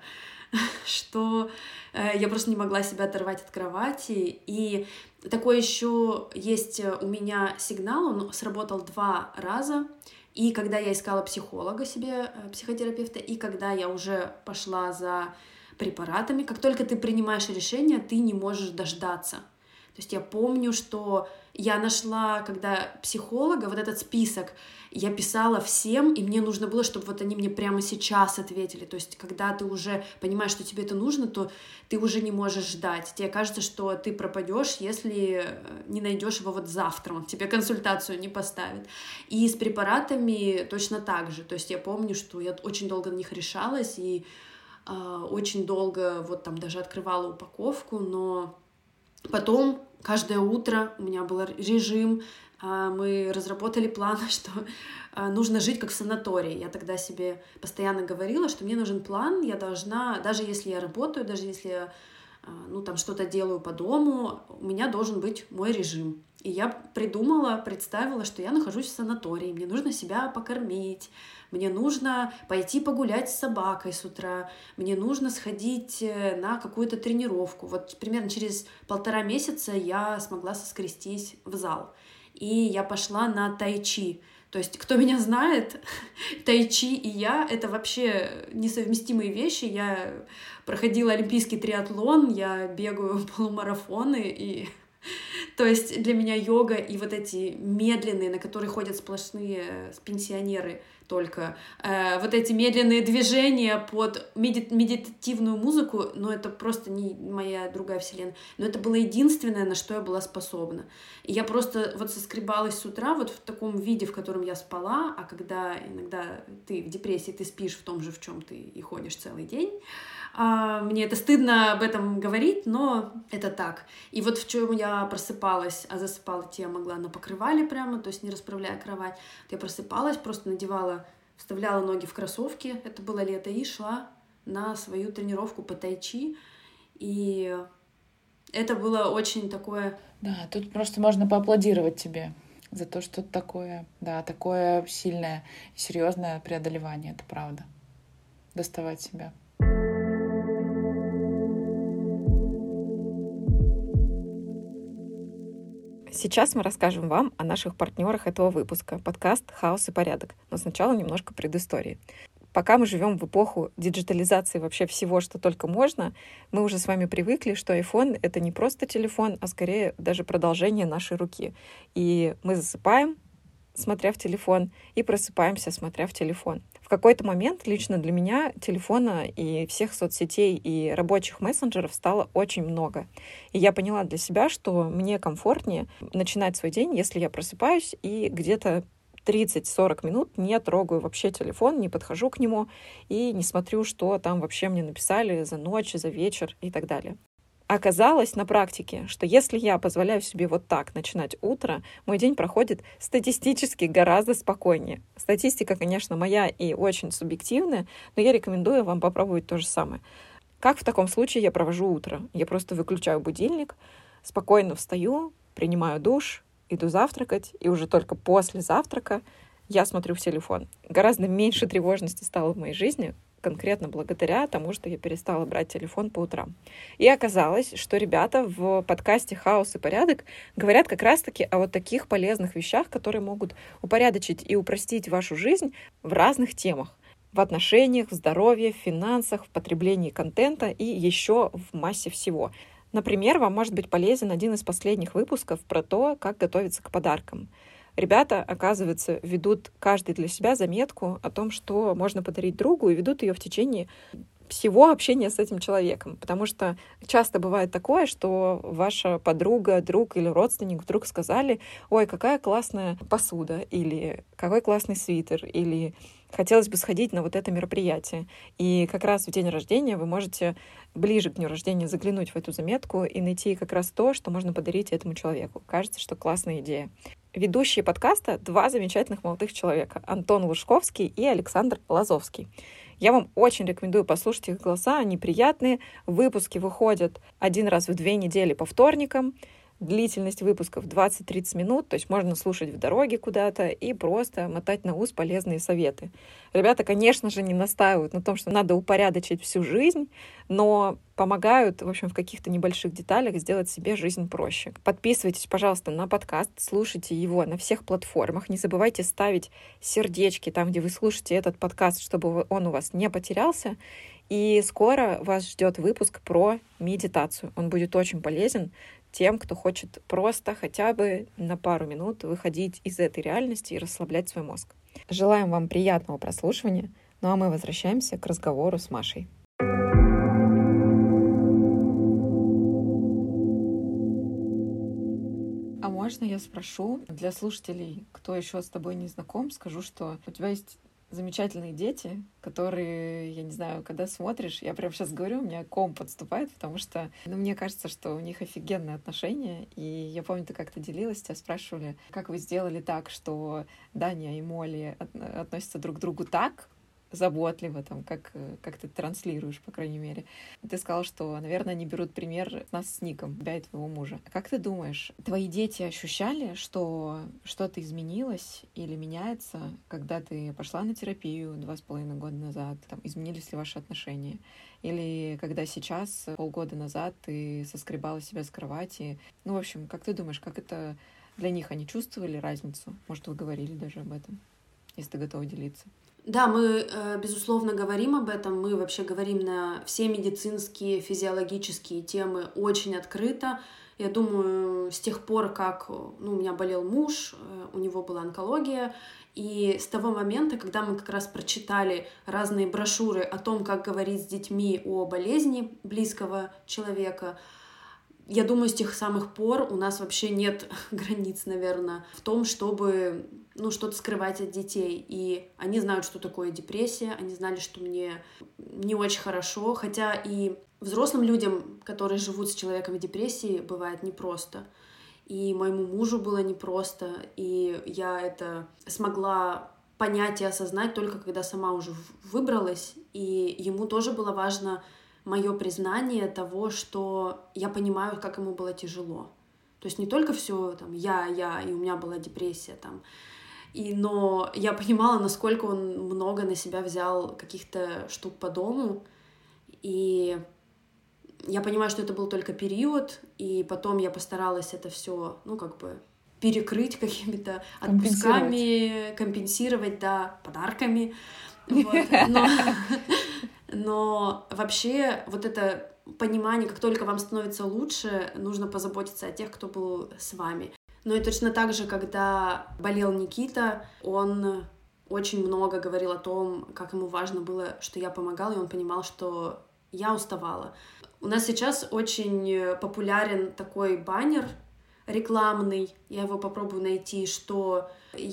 что я просто не могла себя оторвать от кровати. И такой еще есть у меня сигнал, он сработал 2 раза. И когда я искала психолога себе, психотерапевта, и когда я уже пошла за препаратами, как только ты принимаешь решение, ты не можешь дождаться. То есть я помню, что я нашла, когда психолога, вот этот список, я писала всем, и мне нужно было, чтобы вот они мне прямо сейчас ответили. То есть когда ты уже понимаешь, что тебе это нужно, то ты уже не можешь ждать. Тебе кажется, что ты пропадешь, если не найдешь его вот завтра, он тебе консультацию не поставит. И с препаратами точно так же. То есть я помню, что я очень долго на них решалась, и очень долго вот там даже открывала упаковку, но... Потом каждое утро у меня был режим, мы разработали план, что нужно жить как в санатории. Я тогда себе постоянно говорила, что мне нужен план, я должна, даже если я работаю, даже если я там что-то делаю по дому, у меня должен быть мой режим. И я представила, что я нахожусь в санатории, мне нужно себя покормить, мне нужно пойти погулять с собакой с утра, мне нужно сходить на какую-то тренировку. Вот примерно через 1,5 месяца я смогла соскрестись в зал. И я пошла на тайчи. То есть, кто меня знает, тайчи и я — это вообще несовместимые вещи. Я проходила олимпийский триатлон, я бегаю полумарафоны, и... То есть для меня йога и вот эти медленные, на которые ходят сплошные пенсионеры только, вот эти медленные движения под медитативную музыку, ну это просто не моя другая вселенная. Но это было единственное, на что я была способна. И я просто вот соскребалась с утра вот в таком виде, в котором я спала, а когда иногда ты в депрессии, ты спишь в том же, в чем ты и ходишь целый день. Мне это стыдно об этом говорить, но это так. И вот в чем я просыпалась, а засыпала я могла на покрывале прямо, то есть не расправляя кровать. Я просыпалась, просто вставляла ноги в кроссовки, это было лето, и шла на свою тренировку по тайчи. И это было очень такое... Да, тут просто можно поаплодировать тебе за то, что такое сильное и серьезное преодолевание, это правда. Доставать себя. Сейчас мы расскажем вам о наших партнерах этого выпуска, подкаст «Хаос и порядок». Но сначала немножко предыстории. Пока мы живем в эпоху диджитализации вообще всего, что только можно, мы уже с вами привыкли, что iPhone — это не просто телефон, а скорее даже продолжение нашей руки. И мы засыпаем, смотря в телефон, и просыпаемся, смотря в телефон. В какой-то момент лично для меня телефона и всех соцсетей и рабочих мессенджеров стало очень много. И я поняла для себя, что мне комфортнее начинать свой день, если я просыпаюсь и где-то 30-40 минут не трогаю вообще телефон, не подхожу к нему и не смотрю, что там вообще мне написали за ночь, за вечер и так далее. Оказалось на практике, что если я позволяю себе вот так начинать утро, мой день проходит статистически гораздо спокойнее. Статистика, конечно, моя и очень субъективная, но я рекомендую вам попробовать то же самое. Как в таком случае я провожу утро? Я просто выключаю будильник, спокойно встаю, принимаю душ, иду завтракать, и уже только после завтрака я смотрю в телефон. Гораздо меньше тревожности стало в моей жизни, конкретно благодаря тому, что я перестала брать телефон по утрам. И оказалось, что ребята в подкасте «Хаос и порядок» говорят как раз-таки о вот таких полезных вещах, которые могут упорядочить и упростить вашу жизнь в разных темах. В отношениях, в здоровье, в финансах, в потреблении контента и еще в массе всего. Например, вам может быть полезен один из последних выпусков про то, как готовиться к подаркам. Ребята, оказывается, ведут каждый для себя заметку о том, что можно подарить другу, и ведут ее в течение всего общения с этим человеком. Потому что часто бывает такое, что ваша подруга, друг или родственник вдруг сказали: «Ой, какая классная посуда», или «Какой классный свитер», или «Хотелось бы сходить на вот это мероприятие». И как раз в день рождения вы можете ближе к дню рождения заглянуть в эту заметку и найти как раз то, что можно подарить этому человеку. Кажется, что классная идея. Ведущие подкаста — два замечательных молодых человека — Антон Лужковский и Александр Лазовский. Я вам очень рекомендую послушать их голоса, они приятные. Выпуски выходят один раз в 2 недели по вторникам. Длительность выпусков 20-30 минут, то есть можно слушать в дороге куда-то и просто мотать на ус полезные советы. Ребята, конечно же, не настаивают на том, что надо упорядочить всю жизнь, но помогают, в общем, в каких-то небольших деталях сделать себе жизнь проще. Подписывайтесь, пожалуйста, на подкаст, слушайте его на всех платформах. Не забывайте ставить сердечки там, где вы слушаете этот подкаст, чтобы он у вас не потерялся. И скоро вас ждет выпуск про медитацию. Он будет очень полезен тем, кто хочет просто хотя бы на пару минут выходить из этой реальности и расслаблять свой мозг. Желаем вам приятного прослушивания, ну а мы возвращаемся к разговору с Машей. А можно я спрошу, для слушателей, кто еще с тобой не знаком, скажу, что у тебя есть замечательные дети, которые, я не знаю, когда смотришь, я прям сейчас говорю, у меня ком подступает, потому что, мне кажется, что у них офигенные отношения, и я помню, ты как-то делилась, тебя спрашивали, как вы сделали так, что Даня и Молли относятся друг к другу так заботливо, там, как ты транслируешь, по крайней мере. Ты сказал, что, наверное, они берут пример с нас с Ником, тебя и твоего мужа. Как ты думаешь, твои дети ощущали, что что-то изменилось или меняется, когда ты пошла на терапию 2,5 года назад? Там, изменились ли ваши отношения? Или когда сейчас, полгода назад, ты соскребала себя с кровати? Ну, в общем, как ты думаешь, как это для них, они чувствовали разницу? Может, вы говорили даже об этом, если ты готова делиться? Да, мы, безусловно, говорим об этом. Мы вообще говорим на все медицинские, физиологические темы очень открыто. Я думаю, с тех пор, как у меня болел муж, у него была онкология, и с того момента, когда мы как раз прочитали разные брошюры о том, как говорить с детьми о болезни близкого человека, я думаю, с тех самых пор у нас вообще нет границ, наверное, в том, чтобы что-то скрывать от детей. И они знают, что такое депрессия, они знали, что мне не очень хорошо, хотя и взрослым людям, которые живут с человеком в депрессии, бывает непросто. И моему мужу было непросто, и я это смогла понять и осознать только когда сама уже выбралась, и ему тоже было важно мое признание того, что я понимаю, как ему было тяжело. То есть не только все там я, и у меня была депрессия там, но я понимала, насколько он много на себя взял каких-то штук по дому, и я понимаю, что это был только период, и потом я постаралась это все, перекрыть какими-то отпусками, компенсировать, да, подарками. Вот. Но вообще вот это понимание, как только вам становится лучше, нужно позаботиться о тех, кто был с вами. Ну и точно так же, когда болел Никита, он очень много говорил о том, как ему важно было, что я помогала, и он понимал, что я уставала. У нас сейчас очень популярен такой баннер рекламный, я его попробую найти, что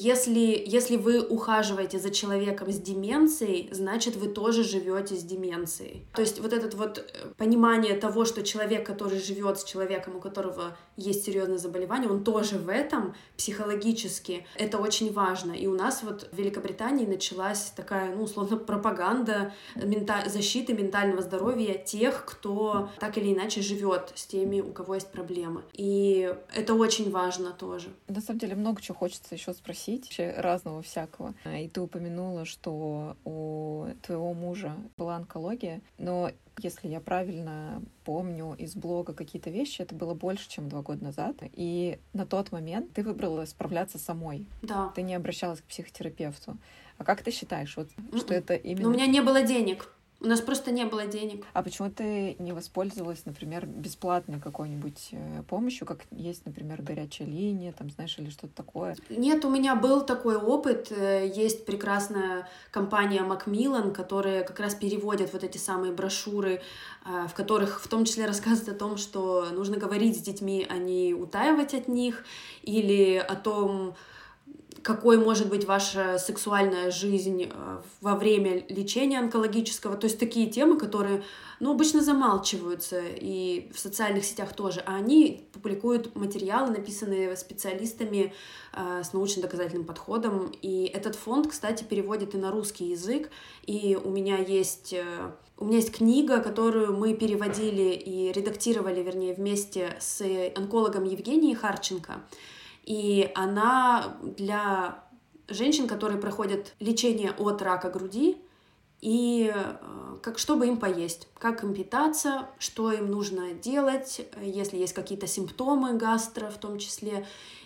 если вы ухаживаете за человеком с деменцией, значит, вы тоже живете с деменцией. То есть вот это вот понимание того, что человек, который живет с человеком, у которого есть серьезное заболевание, он тоже в этом психологически. Это очень важно. И у нас вот в Великобритании началась такая, ну, условно, пропаганда защиты ментального здоровья тех, кто так или иначе живет с теми, у кого есть проблемы. И это очень важно тоже. На самом деле много чего хочется еще спросить, вообще разного всякого. И ты упомянула, что у твоего мужа была онкология, но если я правильно помню из блога какие-то вещи, это было больше, чем 2 года назад. И на тот момент ты выбрала справляться самой. Да. Ты не обращалась к психотерапевту. А как ты считаешь, вот, что это именно... Но у меня не было денег. У нас просто не было денег. А почему ты не воспользовалась, например, бесплатной какой-нибудь помощью, как есть, например, горячая линия, там, знаешь, или что-то такое? Нет, у меня был такой опыт. Есть прекрасная компания Macmillan, которая как раз переводит вот эти самые брошюры, в которых в том числе рассказывают о том, что нужно говорить с детьми, а не утаивать от них, или о том, какой может быть ваша сексуальная жизнь во время лечения онкологического. То есть такие темы, которые, ну, обычно замалчиваются и в социальных сетях тоже. А они публикуют материалы, написанные специалистами с научно-доказательным подходом. И этот фонд, кстати, переводит и на русский язык. И у меня есть книга, которую мы переводили и редактировали, вернее, вместе с онкологом Евгенией Харченко. И она для женщин, которые проходят лечение от рака груди, и чтобы им поесть, как им питаться, что им нужно делать, если есть какие-то симптомы гастро в том числе.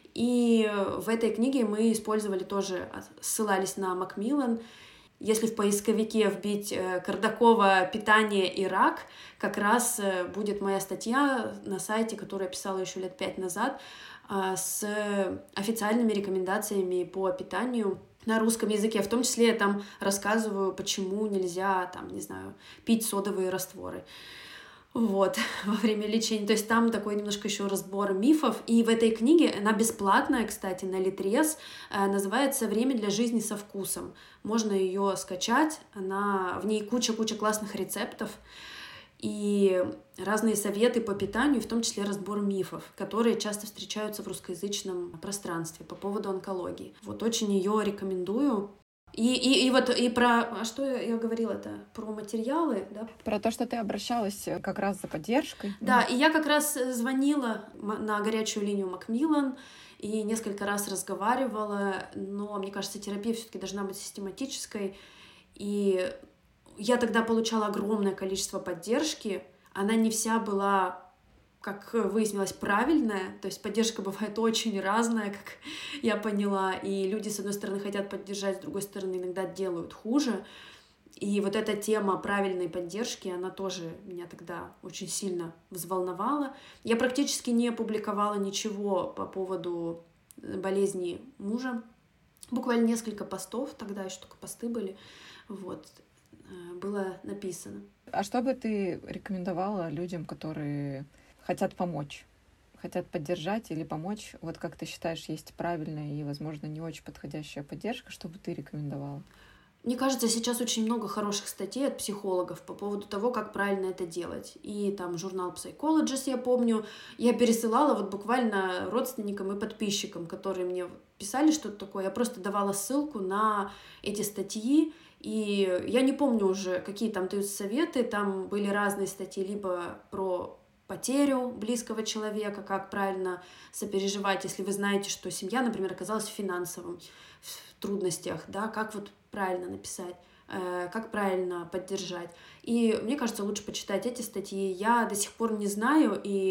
И в этой книге мы использовали тоже, ссылались на Macmillan. Если в поисковике вбить Кардакова «Питание и рак», как раз будет моя статья на сайте, которую я писала еще лет 5 назад, с официальными рекомендациями по питанию на русском языке. В том числе я там рассказываю, почему нельзя, там, не знаю, пить содовые растворы. Вот, во время лечения. То есть там такой немножко еще разбор мифов. И в этой книге, она бесплатная, кстати, на Литрес, называется «Время для жизни со вкусом». Можно ее скачать. В ней куча-куча классных рецептов и разные советы по питанию, в том числе разбор мифов, которые часто встречаются в русскоязычном пространстве по поводу онкологии. Вот очень ее рекомендую. А что я говорила-то? Про материалы, да? Про то, что ты обращалась как раз за поддержкой. Да, и я как раз звонила на горячую линию Macmillan и несколько раз разговаривала, но, мне кажется, терапия все-таки должна быть систематической. И я тогда получала огромное количество поддержки. Она не вся была, как выяснилось, правильная. То есть поддержка бывает очень разная, как я поняла. И люди, с одной стороны, хотят поддержать, с другой стороны, иногда делают хуже. И вот эта тема правильной поддержки, она тоже меня тогда очень сильно взволновала. Я практически не публиковала ничего по поводу болезни мужа. Буквально несколько постов, тогда еще только посты были. Вот. Было написано. А что бы ты рекомендовала людям, которые хотят помочь, хотят поддержать или помочь? Вот как ты считаешь, есть правильная и, возможно, не очень подходящая поддержка, что бы ты рекомендовала? Мне кажется, сейчас очень много хороших статей от психологов по поводу того, как правильно это делать. И там журнал Psychologist, я помню, я пересылала вот буквально родственникам и подписчикам, которые мне писали что-то такое. Я просто давала ссылку на эти статьи, и я не помню уже, какие там дают советы. Там были разные статьи, либо про потерю близкого человека, как правильно сопереживать, если вы знаете, что семья, например, оказалась в финансовых трудностях, да, как вот правильно написать, как правильно поддержать. И мне кажется, лучше почитать эти статьи. Я до сих пор не знаю, и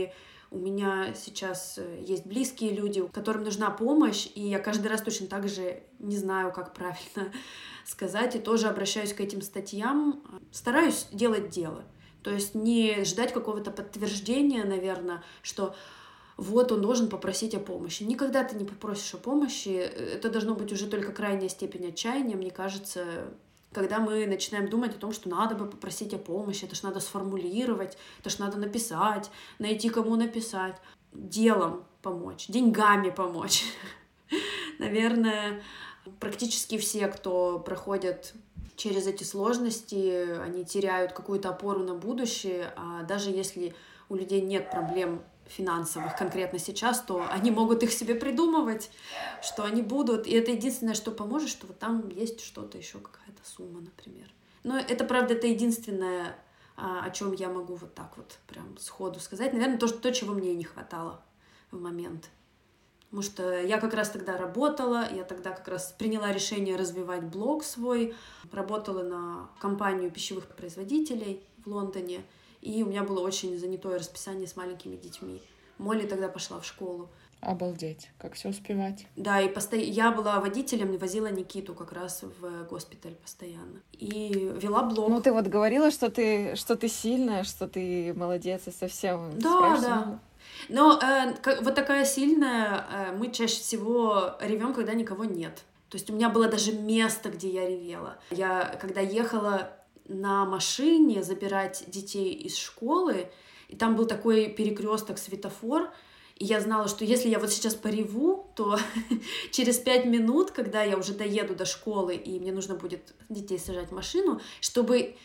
У меня сейчас есть близкие люди, которым нужна помощь, и я каждый раз точно так же не знаю, как правильно сказать, и тоже обращаюсь к этим статьям. Стараюсь делать дело. То есть не ждать какого-то подтверждения, наверное, что вот он должен попросить о помощи. Никогда ты не попросишь о помощи. Это должно быть уже только крайняя степень отчаяния, мне кажется, когда мы начинаем думать о том, что надо бы попросить о помощи, это ж надо сформулировать, это ж надо написать, найти кому написать, делом помочь, деньгами помочь. Наверное, практически все, кто проходят через эти сложности, они теряют какую-то опору на будущее, а даже если у людей нет проблем финансовых конкретно сейчас, то они могут их себе придумывать, что они будут. И это единственное, что поможет, что вот там есть что-то еще, какая-то сумма, например. Но это, правда, это единственное, о чем я могу вот так вот прям сходу сказать. Наверное, то, чего мне не хватало в момент. Потому что я как раз тогда работала, я тогда как раз приняла решение развивать блог свой, работала на компанию пищевых производителей в Лондоне, и у меня было очень занятое расписание с маленькими детьми. Молли тогда пошла в школу. Обалдеть, как все успевать. Да, и я была водителем, возила Никиту как раз в госпиталь постоянно. И вела блог. Ну, ты вот говорила, что ты сильная, что ты молодец и совсем справишься. Да. Но вот такая сильная, мы чаще всего ревем, когда никого нет. То есть у меня было даже место, где я ревела. Я, когда ехала на машине забирать детей из школы, и там был такой перекресток, светофор, и я знала, что если я вот сейчас пореву, то через 5 минут, когда я уже доеду до школы, и мне нужно будет детей сажать в машину, чтобы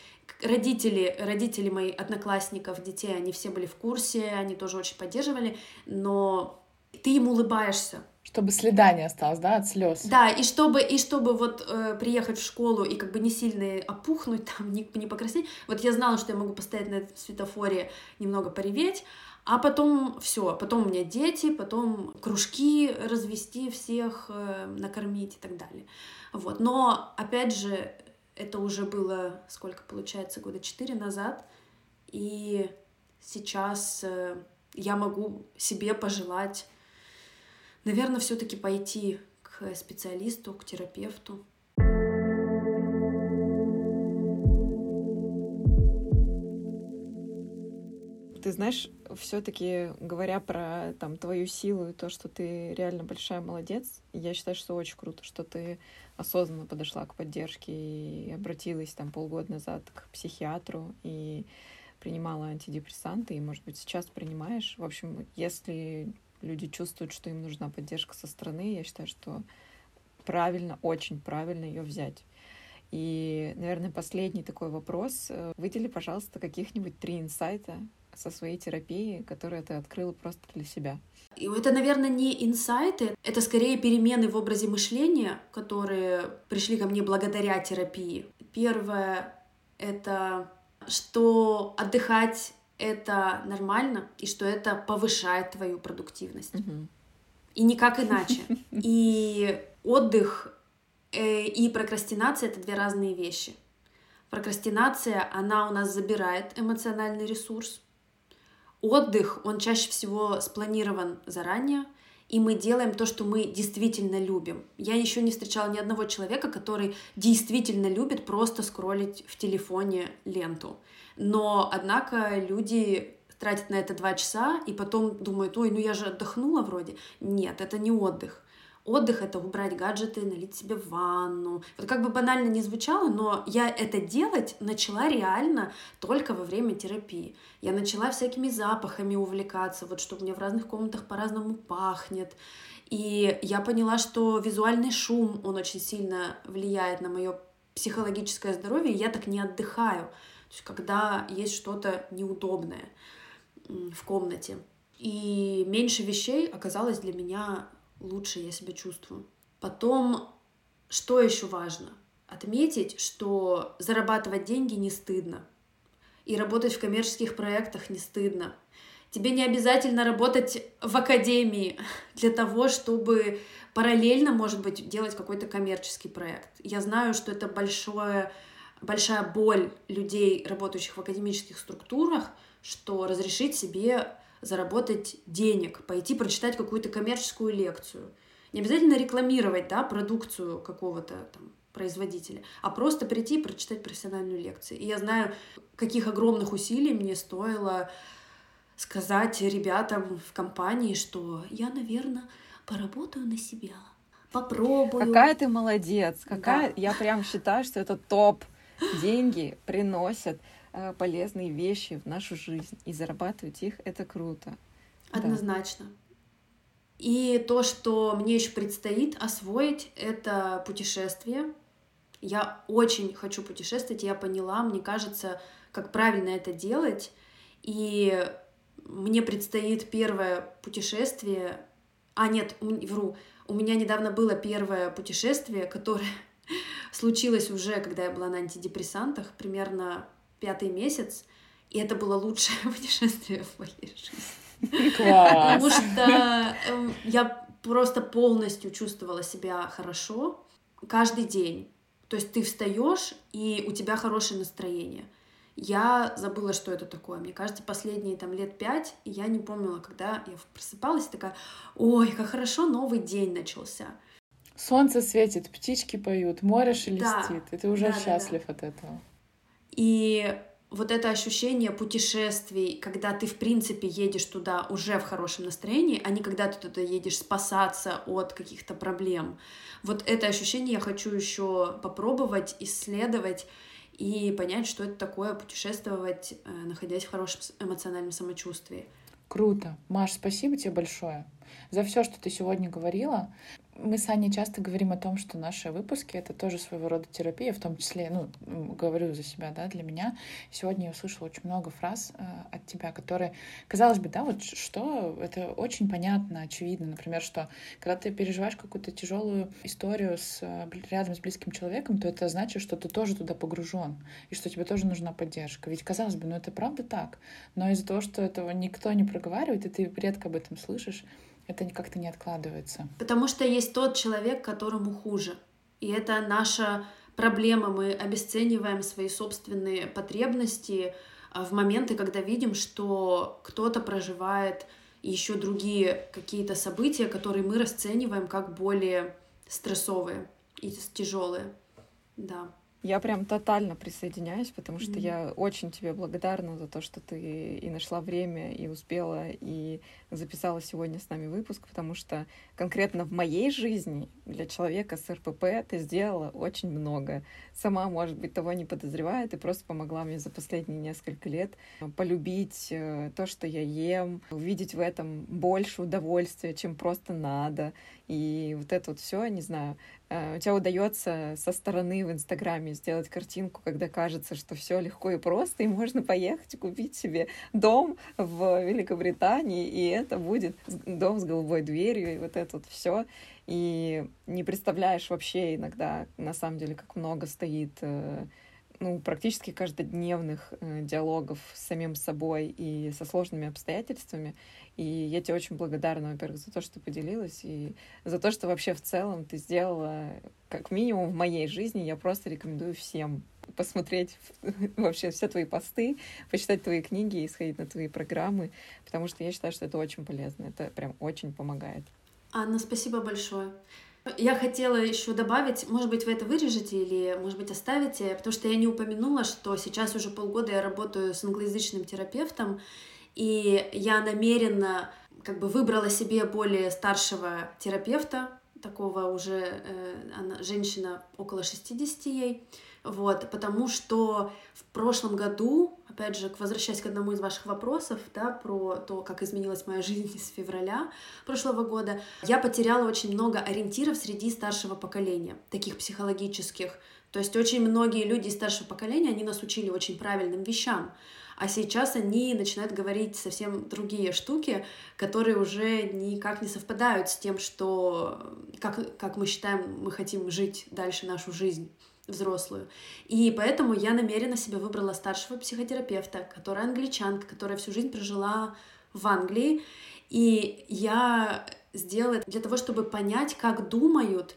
родители моих одноклассников, детей, они все были в курсе, они тоже очень поддерживали, но ты им улыбаешься. Чтобы следа не осталось, да, от слез. Да, и чтобы вот приехать в школу и как бы не сильно опухнуть, там, не покраснеть. Вот я знала, что я могу постоять на этом светофоре, немного пореветь, а потом все, потом у меня дети, потом кружки развести всех, накормить и так далее. Вот. Но, опять же, это уже было, сколько получается, 4 года назад, и сейчас я могу себе пожелать, наверное, все-таки пойти к специалисту, к терапевту. Ты знаешь, все-таки говоря про там твою силу и то, что ты реально большая молодец, я считаю, что очень круто, что ты осознанно подошла к поддержке и обратилась там полгода назад к психиатру и принимала антидепрессанты, и, может быть, сейчас принимаешь. В общем, если люди чувствуют, что им нужна поддержка со стороны, я считаю, что правильно, очень правильно ее взять. И, наверное, последний такой вопрос. Выдели, пожалуйста, каких-нибудь 3 инсайта со своей терапии, которые ты открыла просто для себя. И это, наверное, не инсайты, это скорее перемены в образе мышления, которые пришли ко мне благодаря терапии. Первое — это что отдыхать — это нормально, и что это повышает твою продуктивность. И никак иначе. И отдых и прокрастинация — это 2 разные вещи. Прокрастинация, она у нас забирает эмоциональный ресурс. Отдых, он чаще всего спланирован заранее, и мы делаем то, что мы действительно любим. Я еще не встречала ни одного человека, который действительно любит просто скроллить в телефоне ленту. Но, однако, люди тратят на это 2 часа, и потом думают: ой, ну я же отдохнула вроде. Нет, это не отдых. Отдых — это убрать гаджеты, налить себе ванну. Вот как бы банально не звучало, но я это делать начала реально только во время терапии. Я начала всякими запахами увлекаться, вот что у меня в разных комнатах по-разному пахнет. И я поняла, что визуальный шум, он очень сильно влияет на мое психологическое здоровье, и я так не отдыхаю. То есть когда есть что-то неудобное в комнате. И меньше вещей оказалось для меня лучше я себя чувствую. Потом, что еще важно? Отметить, что зарабатывать деньги не стыдно. И работать в коммерческих проектах не стыдно. Тебе не обязательно работать в академии для того, чтобы параллельно, может быть, делать какой-то коммерческий проект. Я знаю, что это большая боль людей, работающих в академических структурах, что разрешить себе заработать денег, пойти прочитать какую-то коммерческую лекцию. Не обязательно рекламировать, да, продукцию какого-то там производителя, а просто прийти и прочитать профессиональную лекцию. И я знаю, каких огромных усилий мне стоило сказать ребятам в компании, что я, наверное, поработаю на себя, попробую. Какая ты молодец, Да. я прям считаю, что это топ. Деньги приносят полезные вещи в нашу жизнь, и зарабатывать их — это круто. Однозначно. И то, что мне еще предстоит освоить, это путешествие. Я очень хочу путешествовать, я поняла, мне кажется, как правильно это делать. И мне предстоит первое путешествие. Нет, вру. У меня недавно было первое путешествие, которое случилось уже, когда я была на антидепрессантах, примерно 5-й месяц. И это было лучшее путешествие в моей жизни. Класс! Потому что я просто полностью чувствовала себя хорошо каждый день. То есть ты встаешь, и у тебя хорошее настроение. Я забыла, что это такое. Мне кажется, последние там лет 5, и я не помнила, когда я просыпалась, такая: ой, как хорошо, новый день начался. Солнце светит, птички поют, море шелестит, Да, и ты уже да. счастлив от этого. И вот это ощущение путешествий, когда ты, в принципе, едешь туда уже в хорошем настроении, а не когда ты туда едешь спасаться от каких-то проблем. Вот это ощущение я хочу еще попробовать, исследовать и понять, что это такое путешествовать, находясь в хорошем эмоциональном самочувствии. Круто. Маш, спасибо тебе большое за все, что ты сегодня говорила. Мы с Аней часто говорим о том, что наши выпуски — это тоже своего рода терапия, в том числе, говорю за себя, да, для меня. Сегодня я услышала очень много фраз от тебя, которые, казалось бы, да, вот что, это очень понятно, очевидно. Например, что когда ты переживаешь какую-то тяжелую историю рядом с близким человеком, то это значит, что ты тоже туда погружен, и что тебе тоже нужна поддержка. Ведь, казалось бы, это правда так, но из-за того, что этого никто не проговаривает, и ты редко об этом слышишь, это как-то не откладывается. Потому что есть тот человек, которому хуже. И это наша проблема. Мы обесцениваем свои собственные потребности в моменты, когда видим, что кто-то проживает еще другие какие-то события, которые мы расцениваем как более стрессовые и тяжелые. Да. Я прям тотально присоединяюсь, потому что я очень тебе благодарна за то, что ты и нашла время, и успела, и записала сегодня с нами выпуск, потому что конкретно в моей жизни для человека с РПП ты сделала очень много. Сама, может быть, того не подозревая, ты просто помогла мне за последние несколько лет полюбить то, что я ем, увидеть в этом больше удовольствия, чем просто надо. И вот это вот все, не знаю, у тебя удается со стороны в Инстаграме сделать картинку, когда кажется, что все легко и просто, и можно поехать и купить себе дом в Великобритании, и это будет дом с голубой дверью, и вот это вот все. И не представляешь вообще иногда, на самом деле, как много стоит практически каждодневных диалогов с самим собой и со сложными обстоятельствами. И я тебе очень благодарна, во-первых, за то, что ты поделилась, и за то, что вообще в целом ты сделала, как минимум в моей жизни. Я просто рекомендую всем посмотреть вообще все твои посты, почитать твои книги и сходить на твои программы, потому что я считаю, что это очень полезно, это прям очень помогает. Анна, спасибо большое. Я хотела еще добавить, может быть, вы это вырежете или, может быть, оставите, потому что я не упомянула, что сейчас уже полгода я работаю с англоязычным терапевтом, и я намеренно выбрала себе более старшего терапевта, такого уже, она, женщина около 60 ей, потому что в прошлом году, опять же, возвращаясь к одному из ваших вопросов, да, про то, как изменилась моя жизнь с февраля прошлого года, я потеряла очень много ориентиров среди старшего поколения, таких психологических. То есть очень многие люди из старшего поколения, они нас учили очень правильным вещам, а сейчас они начинают говорить совсем другие штуки, которые уже никак не совпадают с тем, что как мы считаем, мы хотим жить дальше нашу жизнь взрослую. И поэтому я намеренно себе выбрала старшего психотерапевта, которая англичанка, которая всю жизнь прожила в Англии. И я сделала это для того, чтобы понять, как думают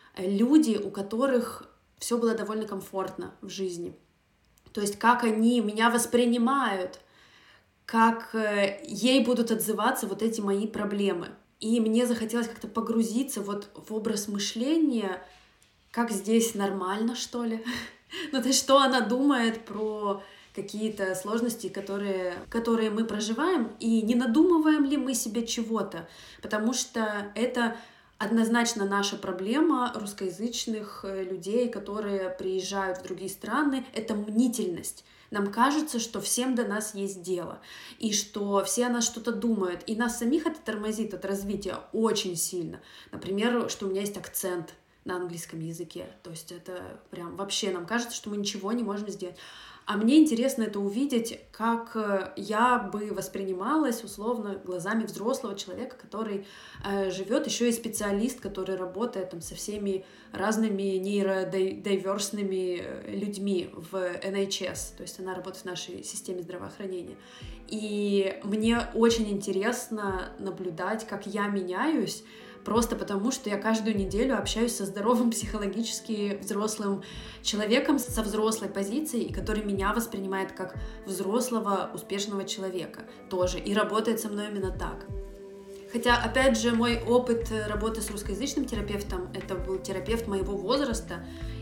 люди, у которых все было довольно комфортно в жизни. То есть как они меня воспринимают, как ей будут отзываться вот эти мои проблемы. И мне захотелось как-то погрузиться вот в образ мышления, как здесь нормально, что ли. Ну, то есть, что она думает про какие-то сложности, которые мы проживаем, и не надумываем ли мы себе чего-то, потому что это однозначно наша проблема русскоязычных людей, которые приезжают в другие страны, это мнительность. Нам кажется, что всем до нас есть дело, и что все о нас что-то думают, и нас самих это тормозит от развития очень сильно. Например, что у меня есть акцент на английском языке, то есть это прям вообще нам кажется, что мы ничего не можем сделать. А мне интересно это увидеть, как я бы воспринималась условно глазами взрослого человека, который живет, еще и специалист, который работает там со всеми разными нейродайверсными людьми в NHS, то есть она работает в нашей системе здравоохранения. И мне очень интересно наблюдать, как я меняюсь, просто потому, что я каждую неделю общаюсь со здоровым психологически взрослым человеком, со взрослой позицией, и который меня воспринимает как взрослого, успешного человека тоже, и работает со мной именно так. Хотя, опять же, мой опыт работы с русскоязычным терапевтом, это был терапевт моего возраста,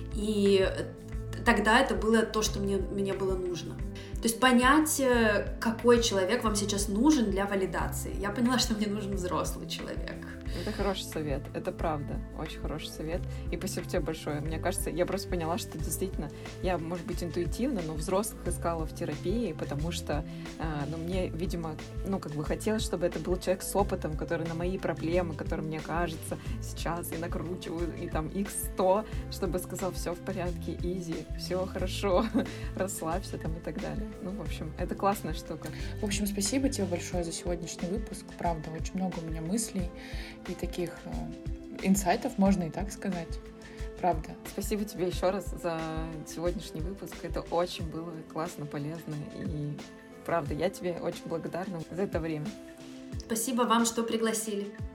и тогда это было то, что мне было нужно. То есть понять, какой человек вам сейчас нужен для валидации. Я поняла, что мне нужен взрослый человек. Это хороший совет, это правда, очень хороший совет. И спасибо тебе большое. Мне кажется, я просто поняла, что действительно я, может быть, интуитивно, но взрослых искала в терапии, потому что мне, видимо, хотелось, чтобы это был человек с опытом, который на мои проблемы, которые мне кажется, сейчас я накручиваю, и там x100, чтобы сказал: все в порядке, изи, все хорошо, расслабься там и так далее. В общем, это классная штука. В общем, спасибо тебе большое за сегодняшний выпуск. Правда, очень много у меня мыслей и таких инсайтов, можно и так сказать. Правда. Спасибо тебе еще раз за сегодняшний выпуск. Это очень было классно, полезно. И правда, я тебе очень благодарна за это время. Спасибо вам, что пригласили.